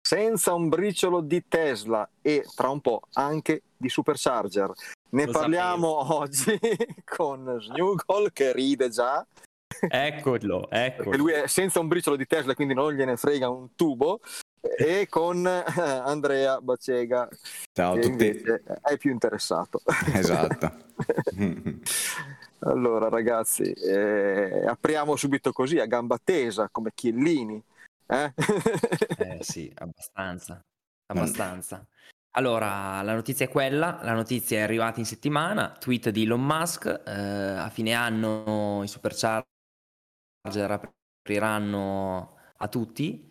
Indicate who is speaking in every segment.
Speaker 1: senza un briciolo di Tesla e tra un po' anche di Supercharger. Ne
Speaker 2: Lo
Speaker 1: parliamo oggi con Snugol che ride già.
Speaker 2: Eccolo.
Speaker 1: Perché lui è senza un briciolo di Tesla, quindi non gliene frega un tubo. E con Andrea Bacega,
Speaker 3: ciao
Speaker 1: che
Speaker 3: a tutti.
Speaker 1: invece è più interessato.
Speaker 3: Esatto.
Speaker 1: Allora ragazzi, apriamo subito così a gamba tesa come Chiellini.
Speaker 2: Sì, abbastanza. Allora, la notizia è quella, la notizia è arrivata in settimana, tweet di Elon Musk, a fine anno i Supercharger apriranno a tutti,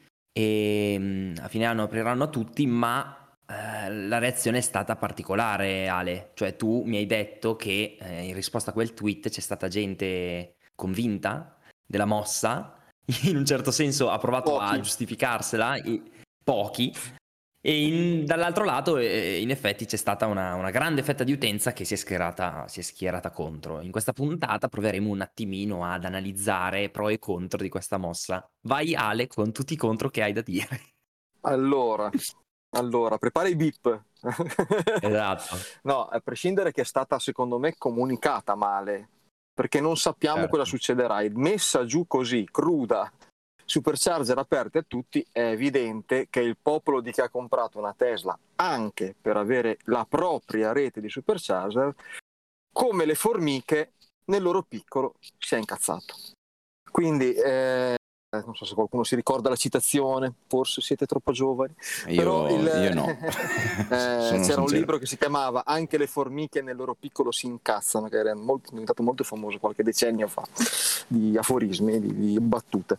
Speaker 2: a fine anno apriranno a tutti, ma la reazione è stata particolare, Ale. Cioè tu mi hai detto che in risposta a quel tweet c'è stata gente convinta della mossa, in un certo senso ha provato a
Speaker 1: Pochi.
Speaker 2: giustificarsela, pochi, e dall'altro lato in effetti c'è stata una grande fetta di utenza che si è schierata contro. In questa puntata proveremo un attimino ad analizzare pro e contro di questa mossa. Vai Ale con tutti i contro che hai da dire.
Speaker 1: Allora, prepara i beep.
Speaker 2: Esatto.
Speaker 1: No, a prescindere che è stata secondo me comunicata male, perché non sappiamo
Speaker 2: Certo.
Speaker 1: cosa succederà. Messa giù così, cruda, Supercharger aperte a tutti, è evidente che il popolo di chi ha comprato una Tesla anche per avere la propria rete di Supercharger, come le formiche nel loro piccolo si è incazzato. Quindi non so se qualcuno si ricorda la citazione, forse siete troppo giovani.
Speaker 3: Io no.
Speaker 1: C'era un libro che si chiamava Anche le formiche nel loro piccolo si incazzano, che era diventato molto famoso qualche decennio fa, di aforismi, di battute.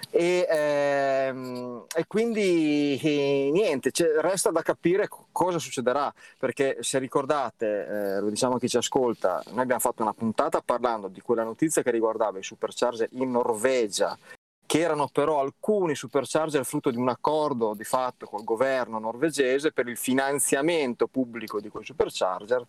Speaker 1: E quindi niente, resta da capire cosa succederà, perché se ricordate, lo diciamo a chi ci ascolta, noi abbiamo fatto una puntata parlando di quella notizia che riguardava i Supercharger in Norvegia, che erano però alcuni Supercharger frutto di un accordo di fatto col governo norvegese per il finanziamento pubblico di quei Supercharger,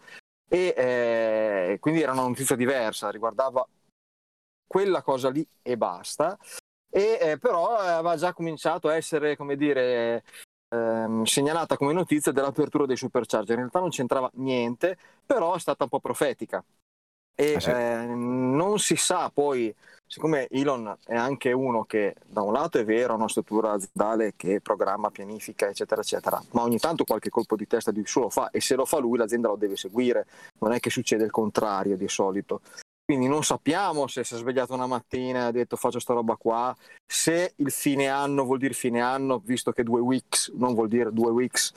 Speaker 1: e quindi era una notizia diversa, riguardava quella cosa lì e basta, e però aveva già cominciato a essere, come dire, segnalata come notizia dell'apertura dei Supercharger. In realtà non c'entrava niente, però è stata un po' profetica. E
Speaker 3: sì.
Speaker 1: Non si sa poi, siccome Elon è anche uno che da un lato è vero, ha una struttura aziendale che programma, pianifica eccetera eccetera, ma ogni tanto qualche colpo di testa di suo lo fa, e se lo fa lui l'azienda lo deve seguire, non è che succede il contrario di solito. Quindi non sappiamo se si è svegliato una mattina e ha detto faccio sta roba qua, se il fine anno vuol dire fine anno, visto che 2 weeks non vuol dire 2 weeks,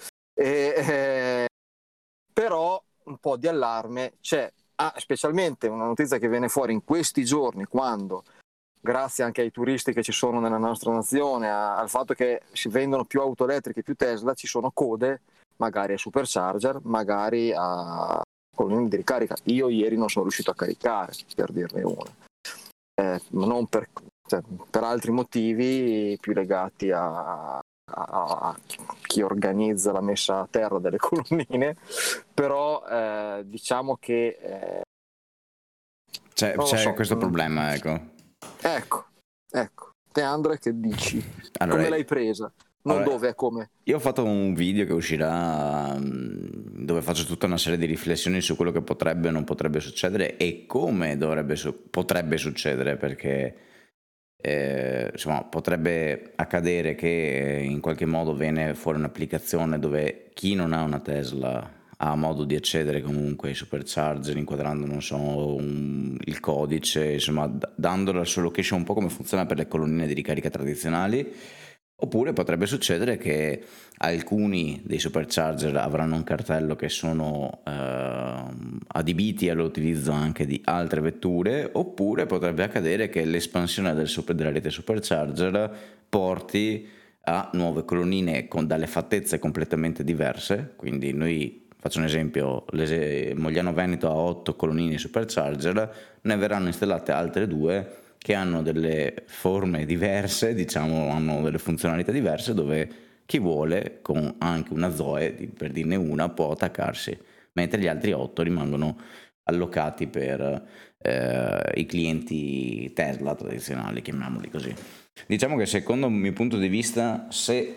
Speaker 1: però un po' di allarme c'è. Specialmente una notizia che viene fuori in questi giorni, quando grazie anche ai turisti che ci sono nella nostra nazione, al fatto che si vendono più auto elettriche, più Tesla, ci sono code magari a Supercharger, magari a colonnine di ricarica. Io ieri non sono riuscito a caricare, per dirne una, non per altri motivi più legati a chi organizza la messa a terra delle colonnine, però diciamo che
Speaker 3: c'è questo problema, ecco.
Speaker 1: Te Andre che dici?
Speaker 3: Allora,
Speaker 1: come l'hai presa? Non dove e come?
Speaker 3: Io ho fatto un video che uscirà dove faccio tutta una serie di riflessioni su quello che potrebbe o non potrebbe succedere e come potrebbe succedere, perché insomma potrebbe accadere che in qualche modo viene fuori un'applicazione dove chi non ha una Tesla ha modo di accedere comunque ai Supercharger inquadrando, non so, il codice, insomma dando la sua location, un po' come funziona per le colonnine di ricarica tradizionali. Oppure potrebbe succedere che alcuni dei Supercharger avranno un cartello che sono adibiti all'utilizzo anche di altre vetture, oppure potrebbe accadere che l'espansione della rete Supercharger porti a nuove colonnine dalle fattezze completamente diverse. Quindi noi, faccio un esempio, Mogliano Veneto ha 8 colonnine Supercharger, ne verranno installate altre 2 che hanno delle forme diverse, diciamo, hanno delle funzionalità diverse, dove chi vuole, con anche una Zoe, per dirne una, può attaccarsi, mentre gli altri 8 rimangono allocati per i clienti Tesla tradizionali, chiamiamoli così. Diciamo che secondo il mio punto di vista, se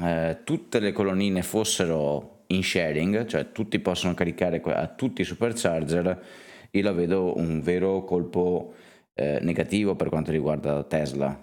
Speaker 3: tutte le colonnine fossero in sharing, cioè tutti possono caricare a tutti i supercharger, io la vedo un vero colpo negativo per quanto riguarda Tesla.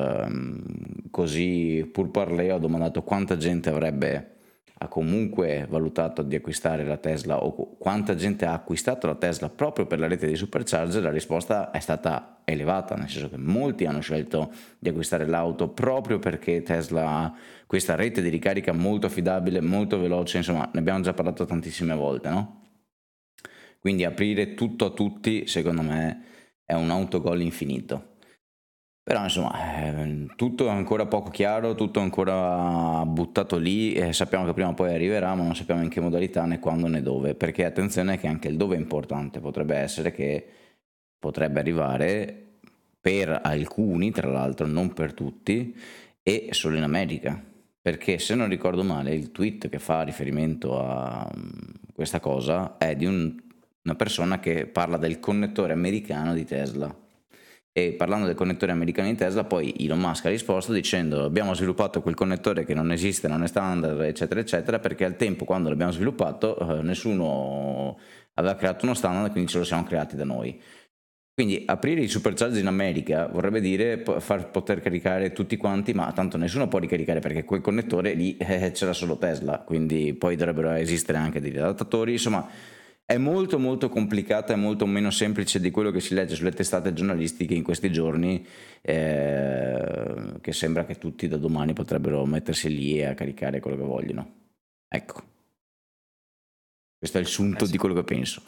Speaker 3: Così pur parlé ho domandato quanta gente ha comunque valutato di acquistare la Tesla o quanta gente ha acquistato la Tesla proprio per la rete di supercharger. La risposta è stata elevata, nel senso che molti hanno scelto di acquistare l'auto proprio perché Tesla ha questa rete di ricarica molto affidabile, molto veloce, insomma ne abbiamo già parlato tantissime volte, no? Quindi aprire tutto a tutti secondo me è un autogol infinito. Però insomma tutto è ancora poco chiaro, tutto è ancora buttato lì, sappiamo che prima o poi arriverà, ma non sappiamo in che modalità, né quando né dove, perché attenzione che anche il dove è importante, potrebbe essere che potrebbe arrivare per alcuni, tra l'altro non per tutti, e solo in America, perché se non ricordo male il tweet che fa riferimento a questa cosa è di una persona che parla del connettore americano di Tesla. E parlando del connettore americano di Tesla, poi Elon Musk ha risposto dicendo abbiamo sviluppato quel connettore che non esiste, non è standard, eccetera, eccetera, perché al tempo quando l'abbiamo sviluppato nessuno aveva creato uno standard, quindi ce lo siamo creati da noi. Quindi aprire i supercharger in America vorrebbe dire far poter caricare tutti quanti, ma tanto nessuno può ricaricare perché quel connettore lì c'era solo Tesla, quindi poi dovrebbero esistere anche degli adattatori, insomma è molto molto complicata e molto meno semplice di quello che si legge sulle testate giornalistiche in questi giorni, che sembra che tutti da domani potrebbero mettersi lì a caricare quello che vogliono. Ecco, questo è il sunto
Speaker 2: Sì.
Speaker 3: di quello che penso.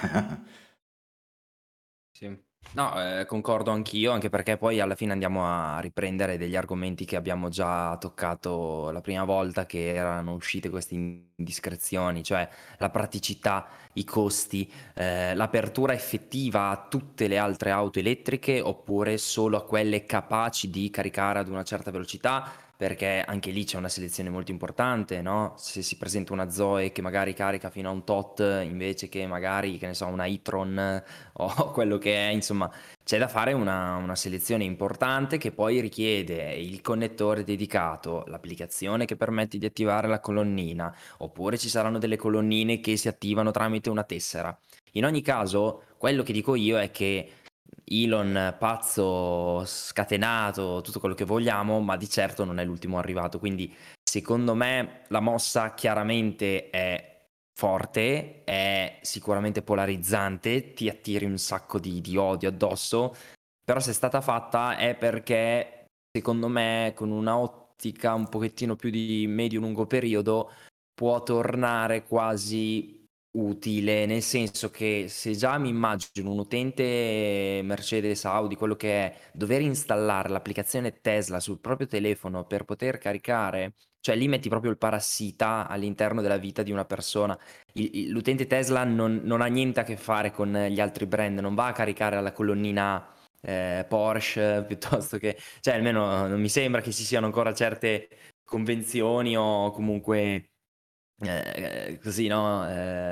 Speaker 2: Sì. No, concordo anch'io, anche perché poi alla fine andiamo a riprendere degli argomenti che abbiamo già toccato la prima volta che erano uscite queste indiscrezioni, cioè la praticità, i costi, l'apertura effettiva a tutte le altre auto elettriche oppure solo a quelle capaci di caricare ad una certa velocità, perché anche lì c'è una selezione molto importante, no? Se si presenta una Zoe che magari carica fino a un tot invece che magari, che ne so, una e-tron o quello che è, insomma, c'è da fare una selezione importante che poi richiede il connettore dedicato, l'applicazione che permette di attivare la colonnina, oppure ci saranno delle colonnine che si attivano tramite una tessera. In ogni caso, quello che dico io è che Elon pazzo, scatenato, tutto quello che vogliamo, ma di certo non è l'ultimo arrivato, quindi secondo me la mossa chiaramente è forte, è sicuramente polarizzante, ti attiri un sacco di odio addosso, però se è stata fatta è perché secondo me con una ottica un pochettino più di medio-lungo periodo può tornare quasi utile, nel senso che se già mi immagino un utente Mercedes, Audi, quello che è, dover installare l'applicazione Tesla sul proprio telefono per poter caricare, cioè lì metti proprio il parassita all'interno della vita di una persona. L'utente Tesla non ha niente a che fare con gli altri brand, non va a caricare alla colonnina Porsche piuttosto che, cioè almeno non mi sembra che ci siano ancora certe convenzioni o comunque così, no?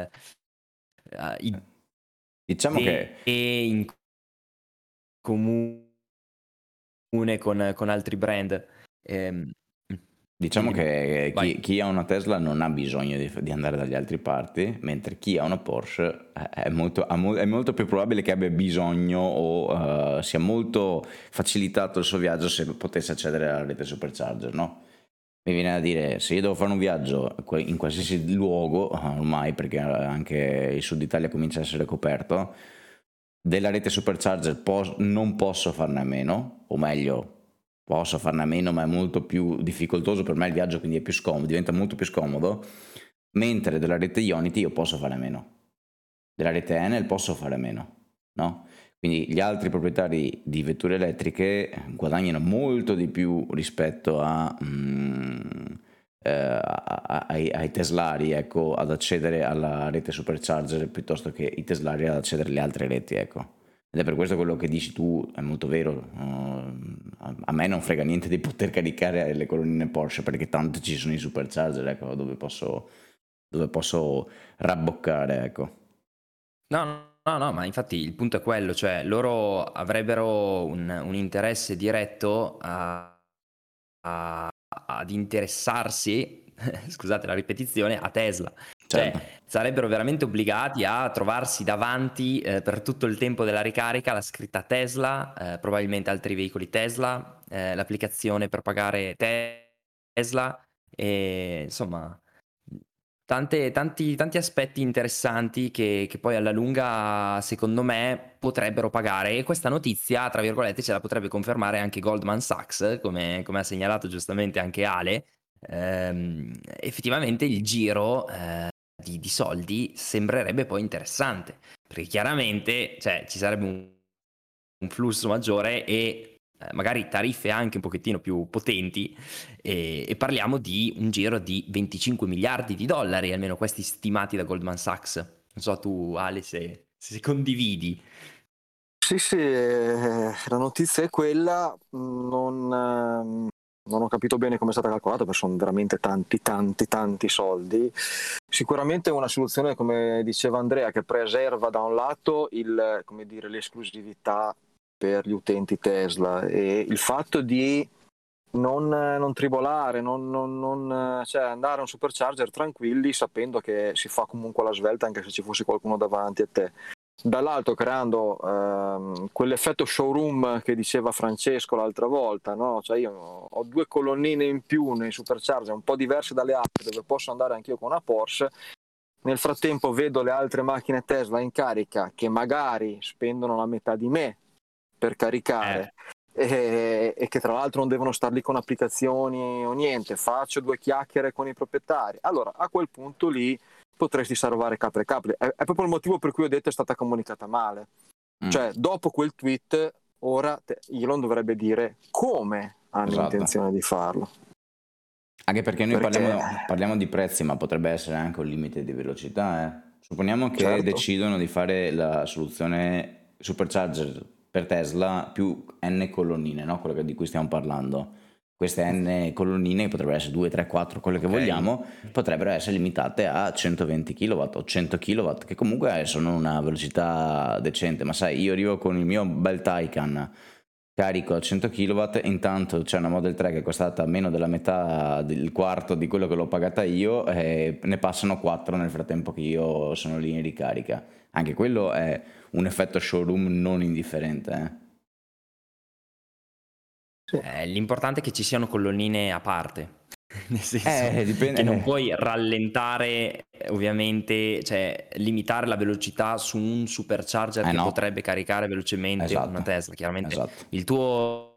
Speaker 3: Diciamo che
Speaker 2: Idee in comune con altri brand. Ehm,
Speaker 3: Diciamo
Speaker 2: dimmi, dimmi.
Speaker 3: che
Speaker 2: Vai.
Speaker 3: chi ha una Tesla non ha bisogno di andare dalle altre parti, mentre chi ha una Porsche è molto più probabile che abbia bisogno o sia molto facilitato il suo viaggio se potesse accedere alla rete supercharger, no? Mi viene da dire, se io devo fare un viaggio in qualsiasi luogo, ormai perché anche il sud Italia comincia a essere coperto, della rete supercharger non posso farne a meno, o meglio, posso farne a meno, ma è molto più difficoltoso per me il viaggio, quindi è più scomodo, diventa molto più scomodo, mentre della rete Ionity io posso fare a meno, della rete Enel posso fare a meno, no? Quindi gli altri proprietari di vetture elettriche guadagnano molto di più rispetto ai teslari, ecco, ad accedere alla rete supercharger piuttosto che i teslari ad accedere alle altre reti, ecco. Ed è per questo quello che dici tu è molto vero. A me non frega niente di poter caricare le colonnine Porsche perché tanto ci sono i supercharger, ecco, dove posso rabboccare, ecco.
Speaker 2: No, ma infatti il punto è quello, cioè loro avrebbero un interesse diretto a ad interessarsi, scusate la ripetizione, a Tesla.
Speaker 3: Certo.
Speaker 2: Cioè, sarebbero veramente obbligati a trovarsi davanti per tutto il tempo della ricarica la scritta Tesla, probabilmente altri veicoli Tesla, l'applicazione per pagare Tesla, e insomma tanti aspetti interessanti che poi alla lunga, secondo me, potrebbero pagare. E questa notizia, tra virgolette, ce la potrebbe confermare anche Goldman Sachs, come ha segnalato giustamente anche Ale. Effettivamente il giro di soldi sembrerebbe poi interessante, perché chiaramente, cioè, ci sarebbe un flusso maggiore e magari tariffe anche un pochettino più potenti, e parliamo di un giro di 25 miliardi di dollari, almeno questi stimati da Goldman Sachs. Non so tu, Ale, se condividi.
Speaker 1: Sì, sì, la notizia è quella, non ho capito bene come è stata calcolata, perché sono veramente tanti soldi. Sicuramente è una soluzione, come diceva Andrea, che preserva da un lato come dire, l'esclusività per gli utenti Tesla e il fatto di non tribolare, cioè andare a un supercharger tranquilli sapendo che si fa comunque la svelta anche se ci fosse qualcuno davanti a te. Dall'altro creando quell'effetto showroom che diceva Francesco l'altra volta, no? Cioè io ho 2 colonnine in più nei supercharger un po' diverse dalle altre dove posso andare anch'io con una Porsche. Nel frattempo vedo le altre macchine Tesla in carica che magari spendono la metà di me per caricare e che tra l'altro non devono star lì con applicazioni o niente, faccio 2 chiacchiere con i proprietari. Allora a quel punto lì potresti salvare capre e capre. È proprio il motivo per cui ho detto è stata comunicata male. Cioè dopo quel tweet ora Elon dovrebbe dire come hanno intenzione di farlo.
Speaker 3: Anche perché noi parliamo di prezzi, ma potrebbe essere anche un limite di velocità. Supponiamo che decidono di fare la soluzione supercharger per Tesla più N colonnine, no? Quello di cui stiamo parlando. Queste N colonnine, che potrebbero essere 2, 3, 4, quelle che vogliamo, potrebbero essere limitate a 120 kW o 100 kW, che comunque sono una velocità decente. Ma sai, io arrivo con il mio bel Taycan, carico a 100 kW, e intanto c'è una Model 3 che è costata meno della metà, del quarto di quello che l'ho pagata io, e ne passano 4 nel frattempo che io sono lì in ricarica. Anche quello è un effetto showroom non indifferente.
Speaker 2: L'importante è che ci siano colonnine a parte, nel senso
Speaker 3: dipende,
Speaker 2: che non puoi rallentare, ovviamente, cioè limitare la velocità su un supercharger che
Speaker 3: no.
Speaker 2: potrebbe caricare velocemente una Tesla. Chiaramente il tuo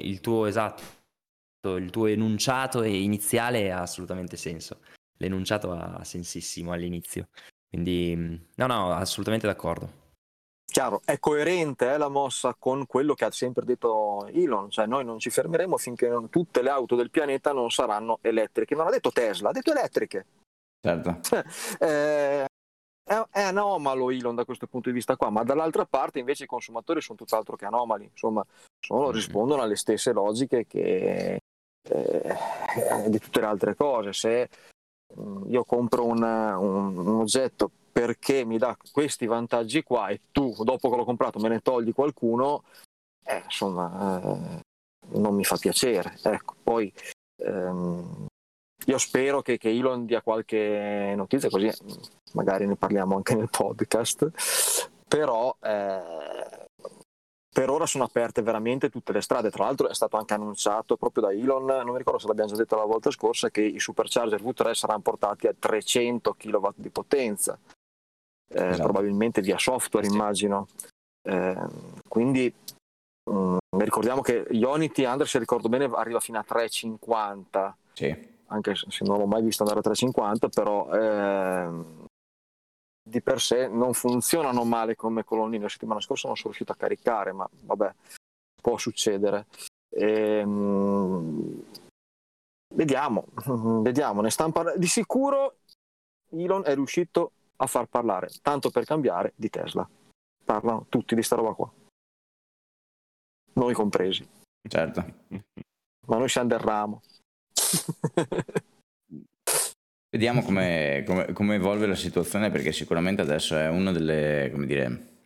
Speaker 2: enunciato iniziale ha assolutamente senso. L'enunciato ha sensissimo all'inizio, quindi no, assolutamente d'accordo.
Speaker 1: Chiaro, è coerente la mossa con quello che ha sempre detto Elon, cioè noi non ci fermeremo finché tutte le auto del pianeta non saranno elettriche. Non ha detto Tesla, ha detto elettriche.
Speaker 3: Certo.
Speaker 1: È anomalo Elon da questo punto di vista qua, ma dall'altra parte invece i consumatori sono tutt'altro che anomali, insomma, rispondono alle stesse logiche che di tutte le altre cose. Se io compro un oggetto perché mi dà questi vantaggi qua e tu dopo che l'ho comprato me ne togli qualcuno, non mi fa piacere. Ecco, poi io spero che Elon dia qualche notizia, così magari ne parliamo anche nel podcast, però per ora sono aperte veramente tutte le strade. Tra l'altro è stato anche annunciato proprio da Elon, non mi ricordo se l'abbiamo già detto la volta scorsa, che i supercharger V3 saranno portati a 300 kW di potenza, probabilmente via software, immagino. Quindi ricordiamo che Ionity, Andre, se ricordo bene, arriva fino a 350.
Speaker 3: Sì.
Speaker 1: Anche se non l'ho mai visto andare a 350, però di per sé non funzionano male come colonnine. La settimana scorsa non sono riuscito a caricare, ma vabbè, può succedere. Vediamo, ne stanno di sicuro Elon è riuscito a far parlare, tanto per cambiare, di Tesla. Parlano tutti di sta roba qua, noi compresi.
Speaker 3: Certo.
Speaker 1: Ma noi siamo del ramo.
Speaker 3: Vediamo come evolve la situazione, perché sicuramente adesso è una delle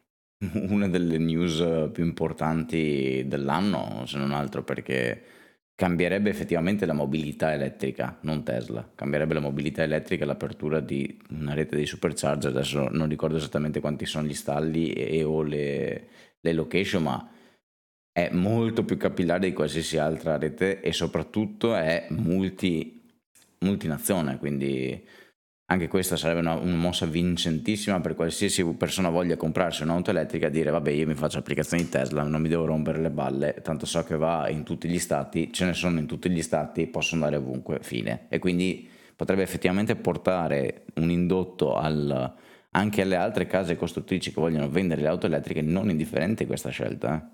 Speaker 3: news più importanti dell'anno, se non altro, perché cambierebbe effettivamente la mobilità elettrica, non Tesla, cambierebbe la mobilità elettrica e l'apertura di una rete di supercharger. Adesso non ricordo esattamente quanti sono gli stalli o le location, ma è molto più capillare di qualsiasi altra rete e soprattutto è multinazione, quindi anche questa sarebbe una mossa vincentissima per qualsiasi persona voglia comprarsi un'auto elettrica e dire vabbè, io mi faccio applicazioni Tesla, non mi devo rompere le balle, tanto so che va in tutti gli stati, ce ne sono in tutti gli stati, posso andare ovunque, fine. E quindi potrebbe effettivamente portare un indotto anche alle altre case costruttrici che vogliono vendere le auto elettriche, non indifferente questa scelta.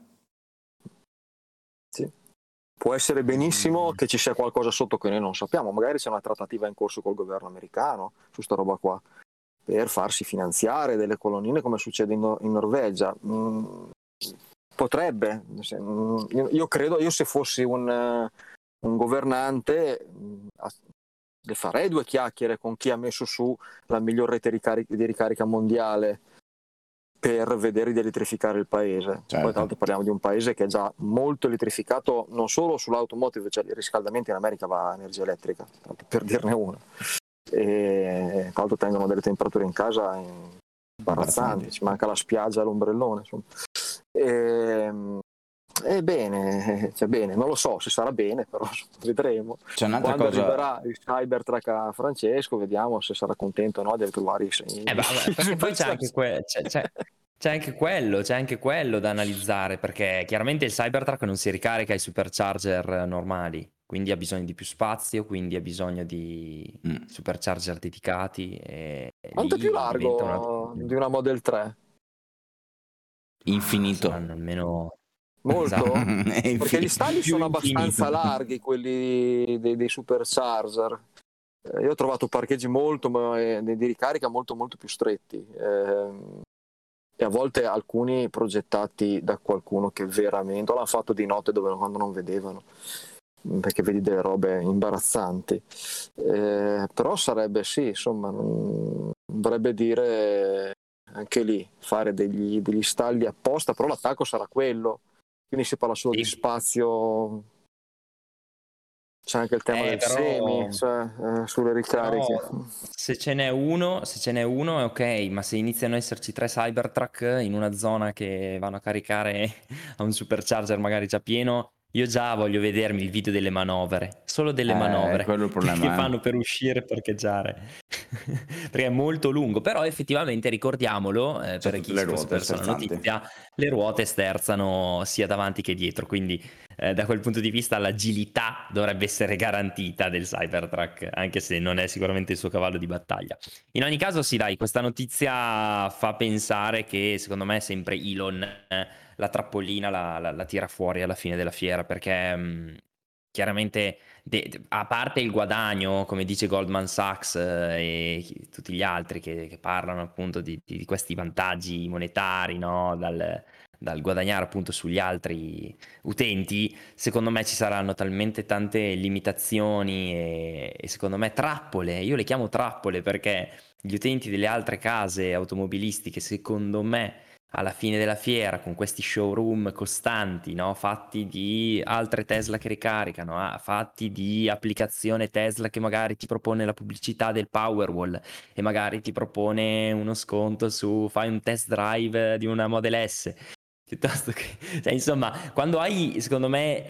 Speaker 1: Sì. Può essere benissimo che ci sia qualcosa sotto che noi non sappiamo, magari c'è una trattativa in corso col governo americano su sta roba qua, per farsi finanziare delle colonnine come succede in Norvegia. Potrebbe, io credo, io se fossi un governante le farei due chiacchiere con chi ha messo su la miglior rete di ricarica mondiale per vedere di elettrificare il paese.
Speaker 3: Certo.
Speaker 1: Poi tra l'altro parliamo di un paese che è già molto elettrificato, non solo sull'automotive, cioè il riscaldamento in America va a energia elettrica, per dirne una. E tra l'altro tengono delle temperature in casa imbarazzanti, ci manca la spiaggia e l'ombrellone, insomma. Bene, cioè bene, non lo so se sarà bene, però vedremo.
Speaker 3: C'è un'altra
Speaker 1: Quando
Speaker 3: cosa...
Speaker 1: arriverà il Cybertruck a Francesco, vediamo se sarà contento o no di trovare i segni.
Speaker 2: Perché poi c'è anche quello da analizzare, perché chiaramente il Cybertruck non si ricarica ai supercharger normali, quindi ha bisogno di più spazio, quindi ha bisogno di supercharger dedicati. E
Speaker 1: quanto è più largo di una Model 3?
Speaker 3: Infinito.
Speaker 2: Saranno almeno...
Speaker 1: Molto?
Speaker 2: Esatto.
Speaker 1: Perché gli stalli sono
Speaker 2: infinito.
Speaker 1: abbastanza larghi, quelli dei supercharger. Io ho trovato parcheggi di ricarica molto molto più stretti, e a volte alcuni progettati da qualcuno che veramente l'ha fatto di notte quando non vedevano, perché vedi delle robe imbarazzanti. Però sarebbe, sì, insomma, dovrebbe dire anche lì fare degli stalli apposta, però l'attacco sarà quello, quindi si parla solo di spazio. C'è anche il tema del
Speaker 2: però...
Speaker 1: semi, cioè, sulle ricariche.
Speaker 2: Se ce n'è uno è ok, ma se iniziano a esserci 3 Cybertruck in una zona che vanno a caricare a un supercharger magari già pieno, io già voglio vedermi il video delle manovre, solo delle manovre
Speaker 3: quello è il problema,
Speaker 2: che fanno per uscire e parcheggiare. Perché è molto lungo, però effettivamente ricordiamolo, per chi si fosse perso la notizia, le ruote sterzano sia davanti che dietro, quindi da quel punto di vista l'agilità dovrebbe essere garantita del Cybertruck, anche se non è sicuramente il suo cavallo di battaglia. In ogni caso sì, dai, questa notizia fa pensare che secondo me sempre Elon la trappolina la tira fuori alla fine della fiera, perché chiaramente a parte il guadagno, come dice Goldman Sachs e tutti gli altri che parlano appunto di questi vantaggi monetari, no? Dal guadagnare appunto sugli altri utenti, secondo me ci saranno talmente tante limitazioni e secondo me trappole, io le chiamo trappole perché gli utenti delle altre case automobilistiche, secondo me, alla fine della fiera, con questi showroom costanti, no? Fatti di altre Tesla che ricaricano, fatti di applicazione Tesla che magari ti propone la pubblicità del Powerwall e magari ti propone uno sconto fai un test drive di una Model S. Piuttosto che, cioè, insomma, quando hai, secondo me,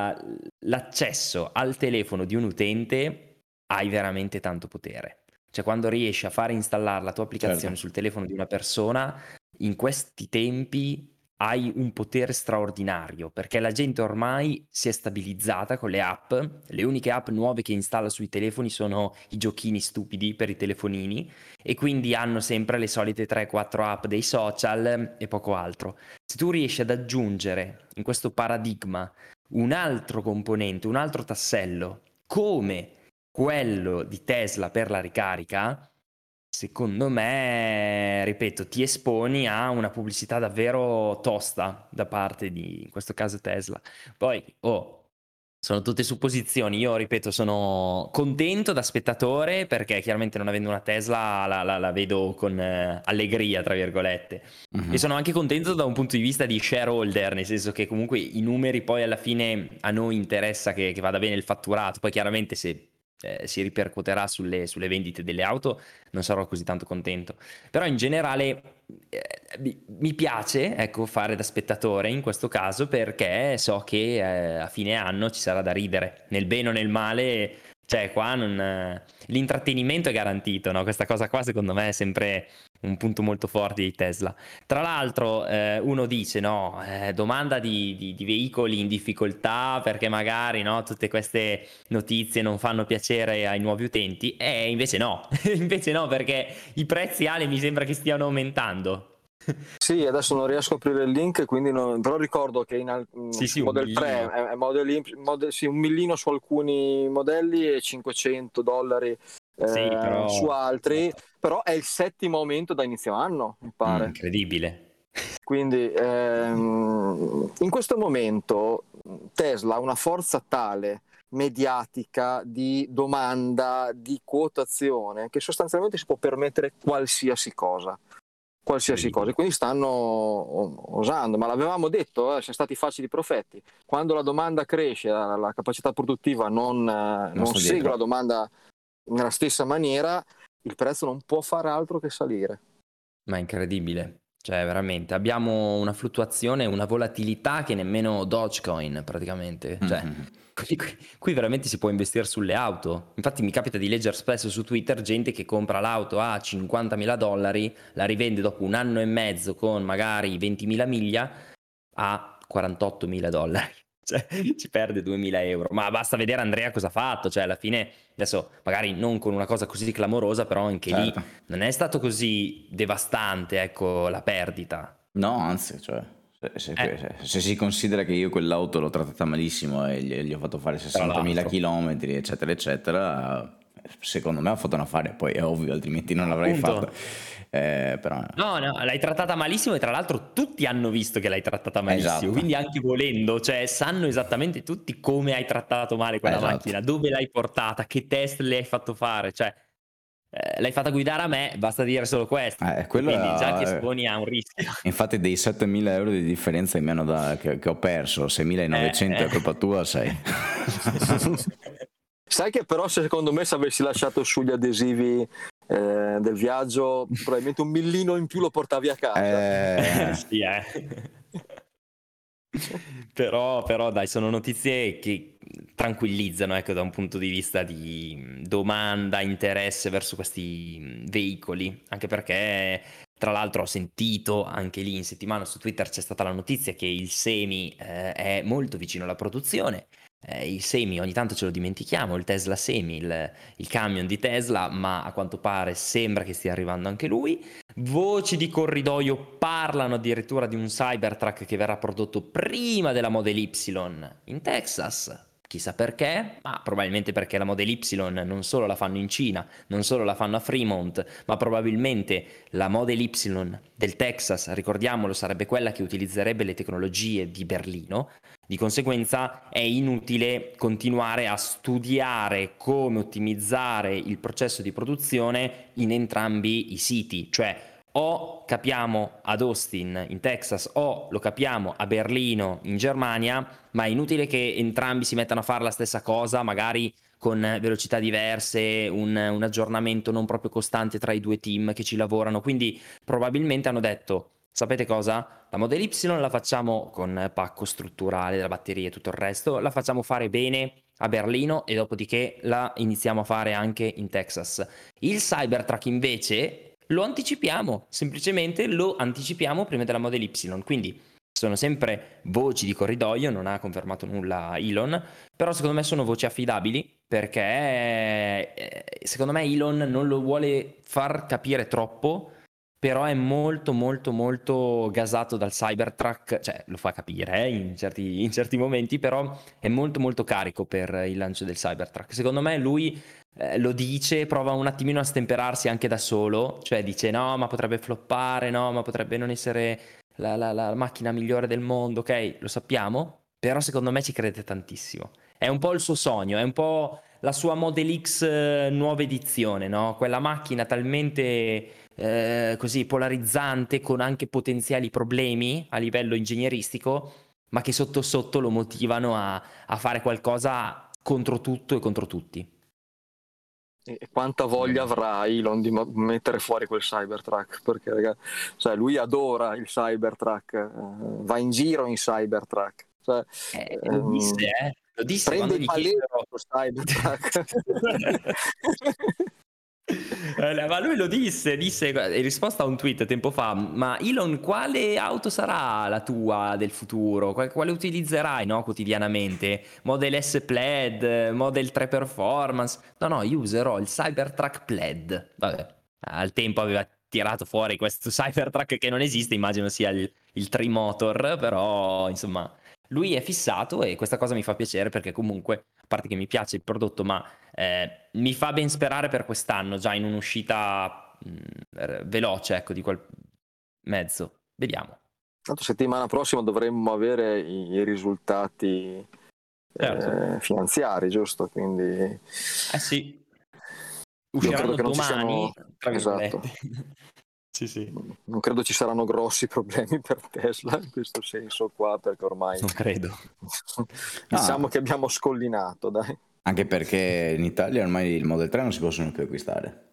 Speaker 2: l'accesso al telefono di un utente, hai veramente tanto potere. Cioè, quando riesci a fare installare la tua applicazione sul telefono di una persona, in questi tempi hai un potere straordinario, perché la gente ormai si è stabilizzata con le app. Le uniche app nuove che installa sui telefoni sono i giochini stupidi per i telefonini, e quindi hanno sempre le solite 3-4 app dei social e poco altro. Se tu riesci ad aggiungere in questo paradigma un altro componente, un altro tassello, come quello di Tesla per la ricarica, secondo me, ripeto, ti esponi a una pubblicità davvero tosta da parte di, in questo caso, Tesla. Poi, Sono tutte supposizioni. Io ripeto, sono contento da spettatore perché chiaramente non avendo una Tesla la vedo con allegria, tra virgolette. E sono anche contento da un punto di vista di shareholder, nel senso che comunque i numeri poi alla fine a noi interessa che vada bene il fatturato. Poi chiaramente se si ripercuoterà sulle vendite delle auto non sarò così tanto contento. Però in generale mi piace, ecco, fare da spettatore in questo caso perché so che a fine anno ci sarà da ridere, nel bene o nel male, cioè qua l'intrattenimento è garantito, no? Questa cosa qua secondo me è sempre un punto molto forte di Tesla. Tra l'altro uno dice no, domanda di veicoli in difficoltà perché magari no, tutte queste notizie non fanno piacere ai nuovi utenti, e invece no, invece no, perché i prezzi, Ale, mi sembra che stiano aumentando.
Speaker 1: Sì, adesso non riesco a aprire il link, quindi però ricordo che
Speaker 2: Sì, un
Speaker 1: Model 3
Speaker 2: millino.
Speaker 1: sì, un millino su alcuni modelli e $500
Speaker 2: Sì, però
Speaker 1: su altri, però è il 7° aumento da inizio anno, mi pare.
Speaker 2: incredibile.
Speaker 1: Quindi in questo momento Tesla ha una forza tale mediatica di domanda, di quotazione, che sostanzialmente si può permettere qualsiasi cosa. Quindi stanno osando, ma l'avevamo detto, siamo stati facili profeti. Quando la domanda cresce, la capacità produttiva non segue la domanda nella stessa maniera, il prezzo non può fare altro che salire.
Speaker 2: Ma è incredibile, cioè veramente abbiamo una fluttuazione, una volatilità che nemmeno Dogecoin praticamente, cioè qui veramente si può investire sulle auto. Infatti mi capita di leggere spesso su Twitter gente che compra l'auto a $50.000, la rivende dopo un anno e mezzo con magari 20.000 miglia a $48.000. Cioè, ci perde 2.000 euro. Ma basta vedere Andrea cosa ha fatto. Cioè, alla fine, adesso magari non con una cosa così clamorosa, però anche lì non è stato così devastante, ecco, la perdita.
Speaker 3: No, anzi, cioè, se si considera che io quell'auto l'ho trattata malissimo e gli ho fatto fare 60.000 chilometri, eccetera, eccetera, secondo me ho fatto un affare, poi è ovvio, altrimenti non l'avrei fatto. Però...
Speaker 2: No, l'hai trattata malissimo e tra l'altro tutti hanno visto che l'hai trattata malissimo, quindi anche volendo, cioè sanno esattamente tutti come hai trattato male quella macchina, dove l'hai portata, che test le hai fatto fare, cioè l'hai fatta guidare a me, basta dire solo questo, quindi già che esponi a un rischio.
Speaker 3: Infatti dei 7.000 euro di differenza in meno che ho perso, 6.900 è colpa tua, sai.
Speaker 1: Sai che però secondo me se avessi lasciato sugli adesivi del viaggio probabilmente un millino in più lo portavi a casa.
Speaker 2: Sì, però dai, sono notizie che tranquillizzano, ecco, da un punto di vista di domanda, interesse verso questi veicoli, anche perché tra l'altro ho sentito anche lì in settimana su Twitter c'è stata la notizia che il semi è molto vicino alla produzione. Il semi ogni tanto ce lo dimentichiamo, il Tesla Semi, il camion di Tesla, ma a quanto pare sembra che stia arrivando anche lui. Voci di corridoio parlano addirittura di un Cybertruck che verrà prodotto prima della Model Y in Texas. Chissà perché, ma probabilmente perché la Model Y non solo la fanno in Cina, non solo la fanno a Fremont, ma probabilmente la Model Y del Texas, ricordiamolo, sarebbe quella che utilizzerebbe le tecnologie di Berlino. Di conseguenza è inutile continuare a studiare come ottimizzare il processo di produzione in entrambi i siti, cioè o capiamo ad Austin in Texas o lo capiamo a Berlino in Germania, ma è inutile che entrambi si mettano a fare la stessa cosa, magari con velocità diverse, un aggiornamento non proprio costante tra i due team che ci lavorano, quindi probabilmente hanno detto: sapete cosa? La Model Y la facciamo con pacco strutturale della batteria e tutto il resto, la facciamo fare bene a Berlino e dopodiché la iniziamo a fare anche in Texas. Il Cybertruck invece lo anticipiamo, semplicemente lo anticipiamo prima della Model Y, quindi sono sempre voci di corridoio, non ha confermato nulla Elon, però secondo me sono voci affidabili perché secondo me Elon non lo vuole far capire troppo, però è molto molto molto gasato dal Cybertruck, cioè lo fa capire in certi momenti, però è molto molto carico per il lancio del Cybertruck. Secondo me lui lo dice, prova un attimino a stemperarsi anche da solo, cioè dice no ma potrebbe floppare, no ma potrebbe non essere la macchina migliore del mondo, ok, lo sappiamo, però secondo me ci crede tantissimo. è un po' il suo sogno, è un po' la sua Model X nuova edizione, no? Quella macchina talmente così polarizzante, con anche potenziali problemi a livello ingegneristico, ma che sotto sotto lo motivano a fare qualcosa contro tutto e contro tutti.
Speaker 1: E quanta voglia avrà Elon di mettere fuori quel Cybertruck, perché ragazzi, cioè, lui adora il Cybertruck, va in giro in Cybertruck, cioè,
Speaker 2: Lo disse
Speaker 1: prende
Speaker 2: quando
Speaker 1: i
Speaker 2: gli
Speaker 1: paletti
Speaker 2: chiesero
Speaker 1: lo Cybertruck.
Speaker 2: Ma lui lo disse in risposta a un tweet tempo fa: ma Elon, quale auto sarà la tua del futuro? Quale utilizzerai, no, quotidianamente? Model S Plaid, Model 3 Performance? No, io userò il Cybertruck Plaid. Vabbè, al tempo aveva tirato fuori questo Cybertruck che non esiste, immagino sia il Trimotor, però insomma lui è fissato e questa cosa mi fa piacere, perché comunque, a parte che mi piace il prodotto, ma mi fa ben sperare per quest'anno, già in un'uscita veloce, ecco, di quel mezzo. Vediamo.
Speaker 1: Tanto settimana prossima dovremmo avere i risultati
Speaker 2: Certo.
Speaker 1: finanziari, giusto? Quindi
Speaker 2: Sì.
Speaker 1: io credo
Speaker 2: Usciranno
Speaker 1: che non ci
Speaker 2: domani,
Speaker 1: siano,
Speaker 2: tra
Speaker 1: esatto,
Speaker 2: virgolette. Sì.
Speaker 1: non credo ci saranno grossi problemi per Tesla in questo senso qua, perché ormai
Speaker 2: Non credo.
Speaker 1: diciamo che abbiamo scollinato, dai.
Speaker 3: Anche perché in Italia ormai il Model 3 non si possono più acquistare.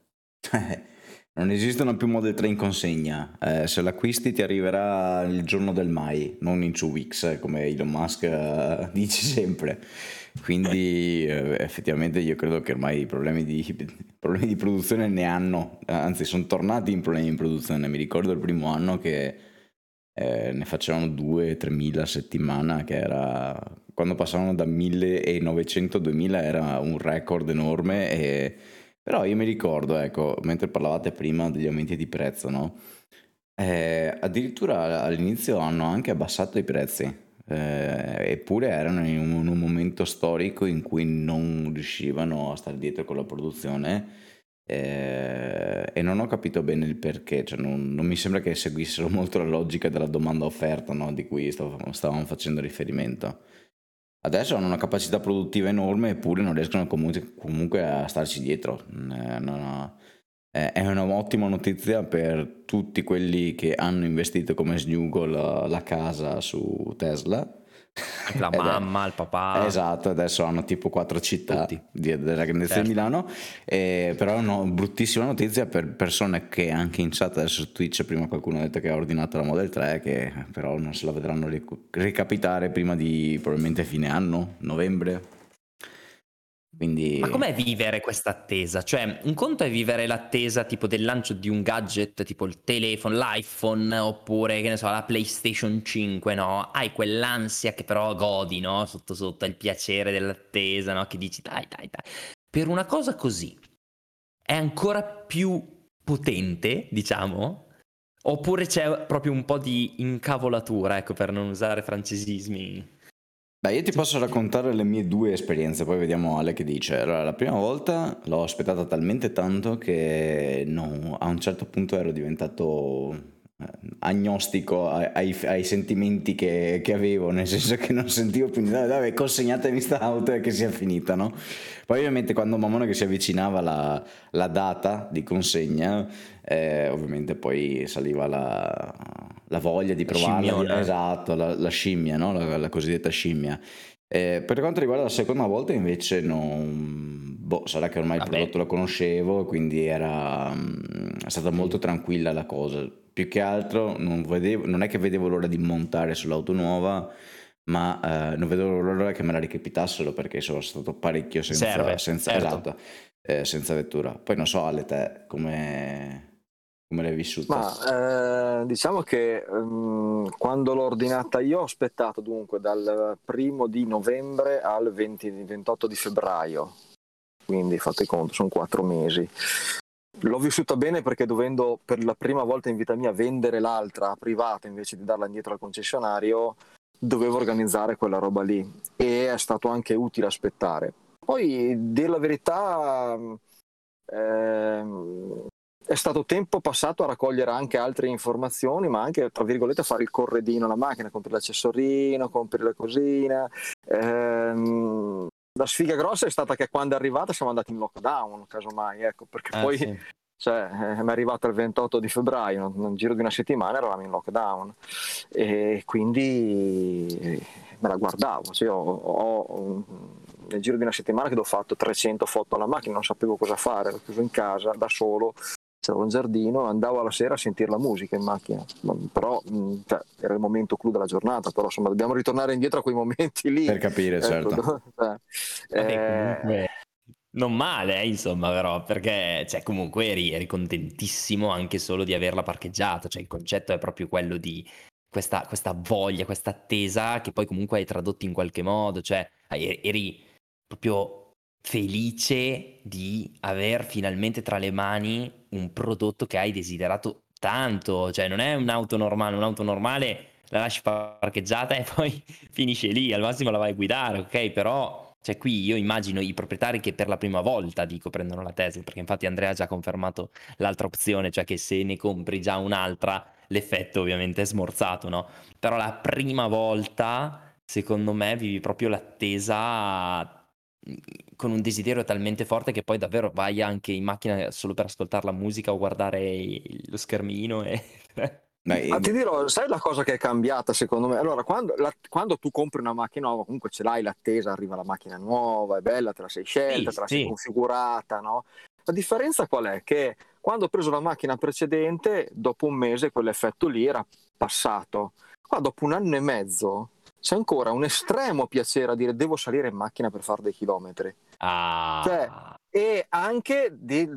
Speaker 3: Non esistono più Model 3 in consegna. Se l'acquisti ti arriverà il giorno del mai, non in 2 weeks, come Elon Musk dice sempre. Quindi effettivamente io credo che ormai i problemi di produzione ne hanno, anzi sono tornati in problemi di produzione. Mi ricordo il primo anno che ne facevano 2-3 mila a settimana, che era, quando passavano da 1900 a 2000 era un record enorme. Però io mi ricordo, ecco, mentre parlavate prima degli aumenti di prezzo, no? Addirittura all'inizio hanno anche abbassato i prezzi, eppure erano in un momento storico in cui non riuscivano a stare dietro con la produzione, e non ho capito bene il perché, cioè non mi sembra che seguissero molto la logica della domanda-offerta, no? Di cui stavamo facendo riferimento. Adesso hanno una capacità produttiva enorme, eppure non riescono comunque a starci dietro. È un'ottima notizia per tutti quelli che hanno investito come Snugo la casa su Tesla.
Speaker 2: Anche la mamma, il papà.
Speaker 3: Esatto, adesso hanno tipo 4 città
Speaker 2: Tutti.
Speaker 3: della grandezza
Speaker 2: Certo.
Speaker 3: di Milano. Però è una bruttissima notizia per persone che anche in chat adesso su Twitch prima qualcuno ha detto che ha ordinato la Model 3, che però non se la vedranno recapitare prima di probabilmente fine anno, novembre. Quindi...
Speaker 2: Ma com'è vivere questa attesa? Cioè, un conto è vivere l'attesa tipo del lancio di un gadget, tipo il telefono, l'iPhone, oppure, che ne so, la PlayStation 5, no? Hai quell'ansia che però godi, no? Sotto sotto, il piacere dell'attesa, no? Che dici, dai. Per una cosa così, è ancora più potente, diciamo? Oppure c'è proprio un po' di incavolatura, ecco, per non usare francesismi?
Speaker 3: Beh, io ti posso raccontare le mie 2 esperienze, poi vediamo Ale che dice. Allora, la prima volta l'ho aspettata talmente tanto che a un certo punto ero diventato agnostico ai sentimenti che avevo, nel senso che non sentivo più niente. Dai, consegnatemi sta auto e che sia finita, no? Poi ovviamente quando man mano che si avvicinava la data di consegna, ovviamente poi saliva la voglia di provarla,
Speaker 2: Scimmione.
Speaker 3: esatto, la scimmia, no? La cosiddetta scimmia. Per quanto riguarda la seconda volta invece sarà che ormai il prodotto lo conoscevo, quindi è stata molto tranquilla la cosa. Più che altro non è che vedevo l'ora di montare sull'auto nuova, ma non vedevo l'ora che me la ricapitassero, perché sono stato parecchio senza
Speaker 2: certo.
Speaker 3: esatto, senza vettura. Poi non so, Ale, te come l'hai vissuta?
Speaker 1: Ma diciamo che quando l'ho ordinata io ho aspettato dunque dal 1° di novembre al 28 di febbraio, quindi fate conto, sono 4 mesi. L'ho vissuta bene perché, dovendo per la prima volta in vita mia vendere l'altra privata invece di darla indietro al concessionario, dovevo organizzare quella roba lì, e è stato anche utile aspettare. Poi, dire la verità, è stato tempo passato a raccogliere anche altre informazioni, ma anche, tra virgolette, a fare il corredino alla macchina, compri l'accessorino, compri la cosina, la sfiga grossa è stata che quando è arrivata siamo andati in lockdown, casomai, ecco, perché poi
Speaker 2: sì.
Speaker 1: cioè, mi è arrivata il 28 di febbraio, nel giro di una settimana eravamo in lockdown e quindi me la guardavo. Cioè, nel giro di una settimana che ho fatto 300 foto alla macchina, non sapevo cosa fare, ero chiuso in casa da solo, c'era un giardino, andavo alla sera a sentire la musica in macchina, però cioè, era il momento clou della giornata, però insomma dobbiamo ritornare indietro a quei momenti lì.
Speaker 3: Per capire, certo.
Speaker 2: Vabbè, comunque non male, insomma, però, perché cioè, comunque eri contentissimo anche solo di averla parcheggiata, cioè il concetto è proprio quello di questa voglia, questa attesa che poi comunque hai tradotto in qualche modo, cioè eri proprio felice di aver finalmente tra le mani un prodotto che hai desiderato tanto, cioè non è un'auto normale la lasci parcheggiata e poi finisce lì, al massimo la vai a guidare, ok? Però cioè qui io immagino i proprietari che per la prima volta, dico, prendono la Tesla, perché infatti Andrea ha già confermato l'altra opzione, cioè che se ne compri già un'altra, l'effetto ovviamente è smorzato, no? Però la prima volta, secondo me, vivi proprio l'attesa con un desiderio talmente forte che poi davvero vai anche in macchina solo per ascoltare la musica o guardare lo schermino e...
Speaker 1: Ma ti dirò, sai la cosa che è cambiata secondo me? Allora, quando tu compri una macchina nuova, comunque ce l'hai l'attesa, arriva la macchina nuova, è bella, te la sei scelta, te la sei configurata, no? La differenza qual è? Che quando ho preso la macchina precedente, dopo un mese quell'effetto lì era passato. Qua dopo un anno e mezzo c'è ancora un estremo piacere a dire devo salire in macchina per fare dei chilometri. Cioè, e anche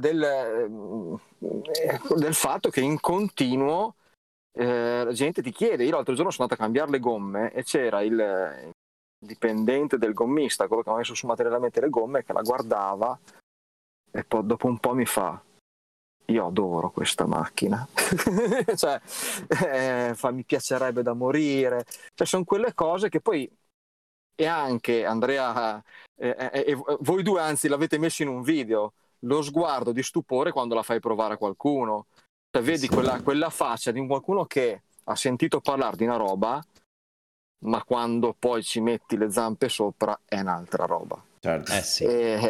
Speaker 1: del fatto che in continuo la gente ti chiede. Io l'altro giorno sono andato a cambiare le gomme e c'era il dipendente del gommista, quello che mi ha messo su materialmente le gomme, che la guardava e poi dopo un po' mi fa: io adoro questa macchina. Cioè, mi piacerebbe da morire. Cioè, sono quelle cose che poi, e anche Andrea e voi due anzi l'avete messo in un video, lo sguardo di stupore quando la fai provare a qualcuno. Cioè, vedi quella faccia di qualcuno che ha sentito parlare di una roba, ma quando poi ci metti le zampe sopra è un'altra roba.
Speaker 3: Certo.
Speaker 2: Sì.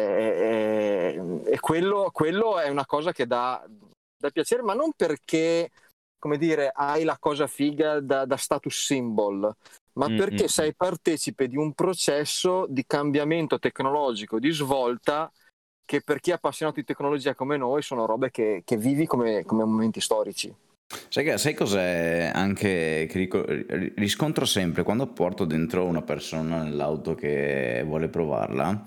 Speaker 1: E quello è una cosa che dà piacere, ma non perché, come dire, hai la cosa figa da status symbol, ma perché sei partecipe di un processo di cambiamento tecnologico, di svolta, che per chi è appassionato di tecnologia come noi sono robe che vivi come momenti storici.
Speaker 3: Sai cos'è anche che riscontro sempre quando porto dentro una persona nell'auto che vuole provarla,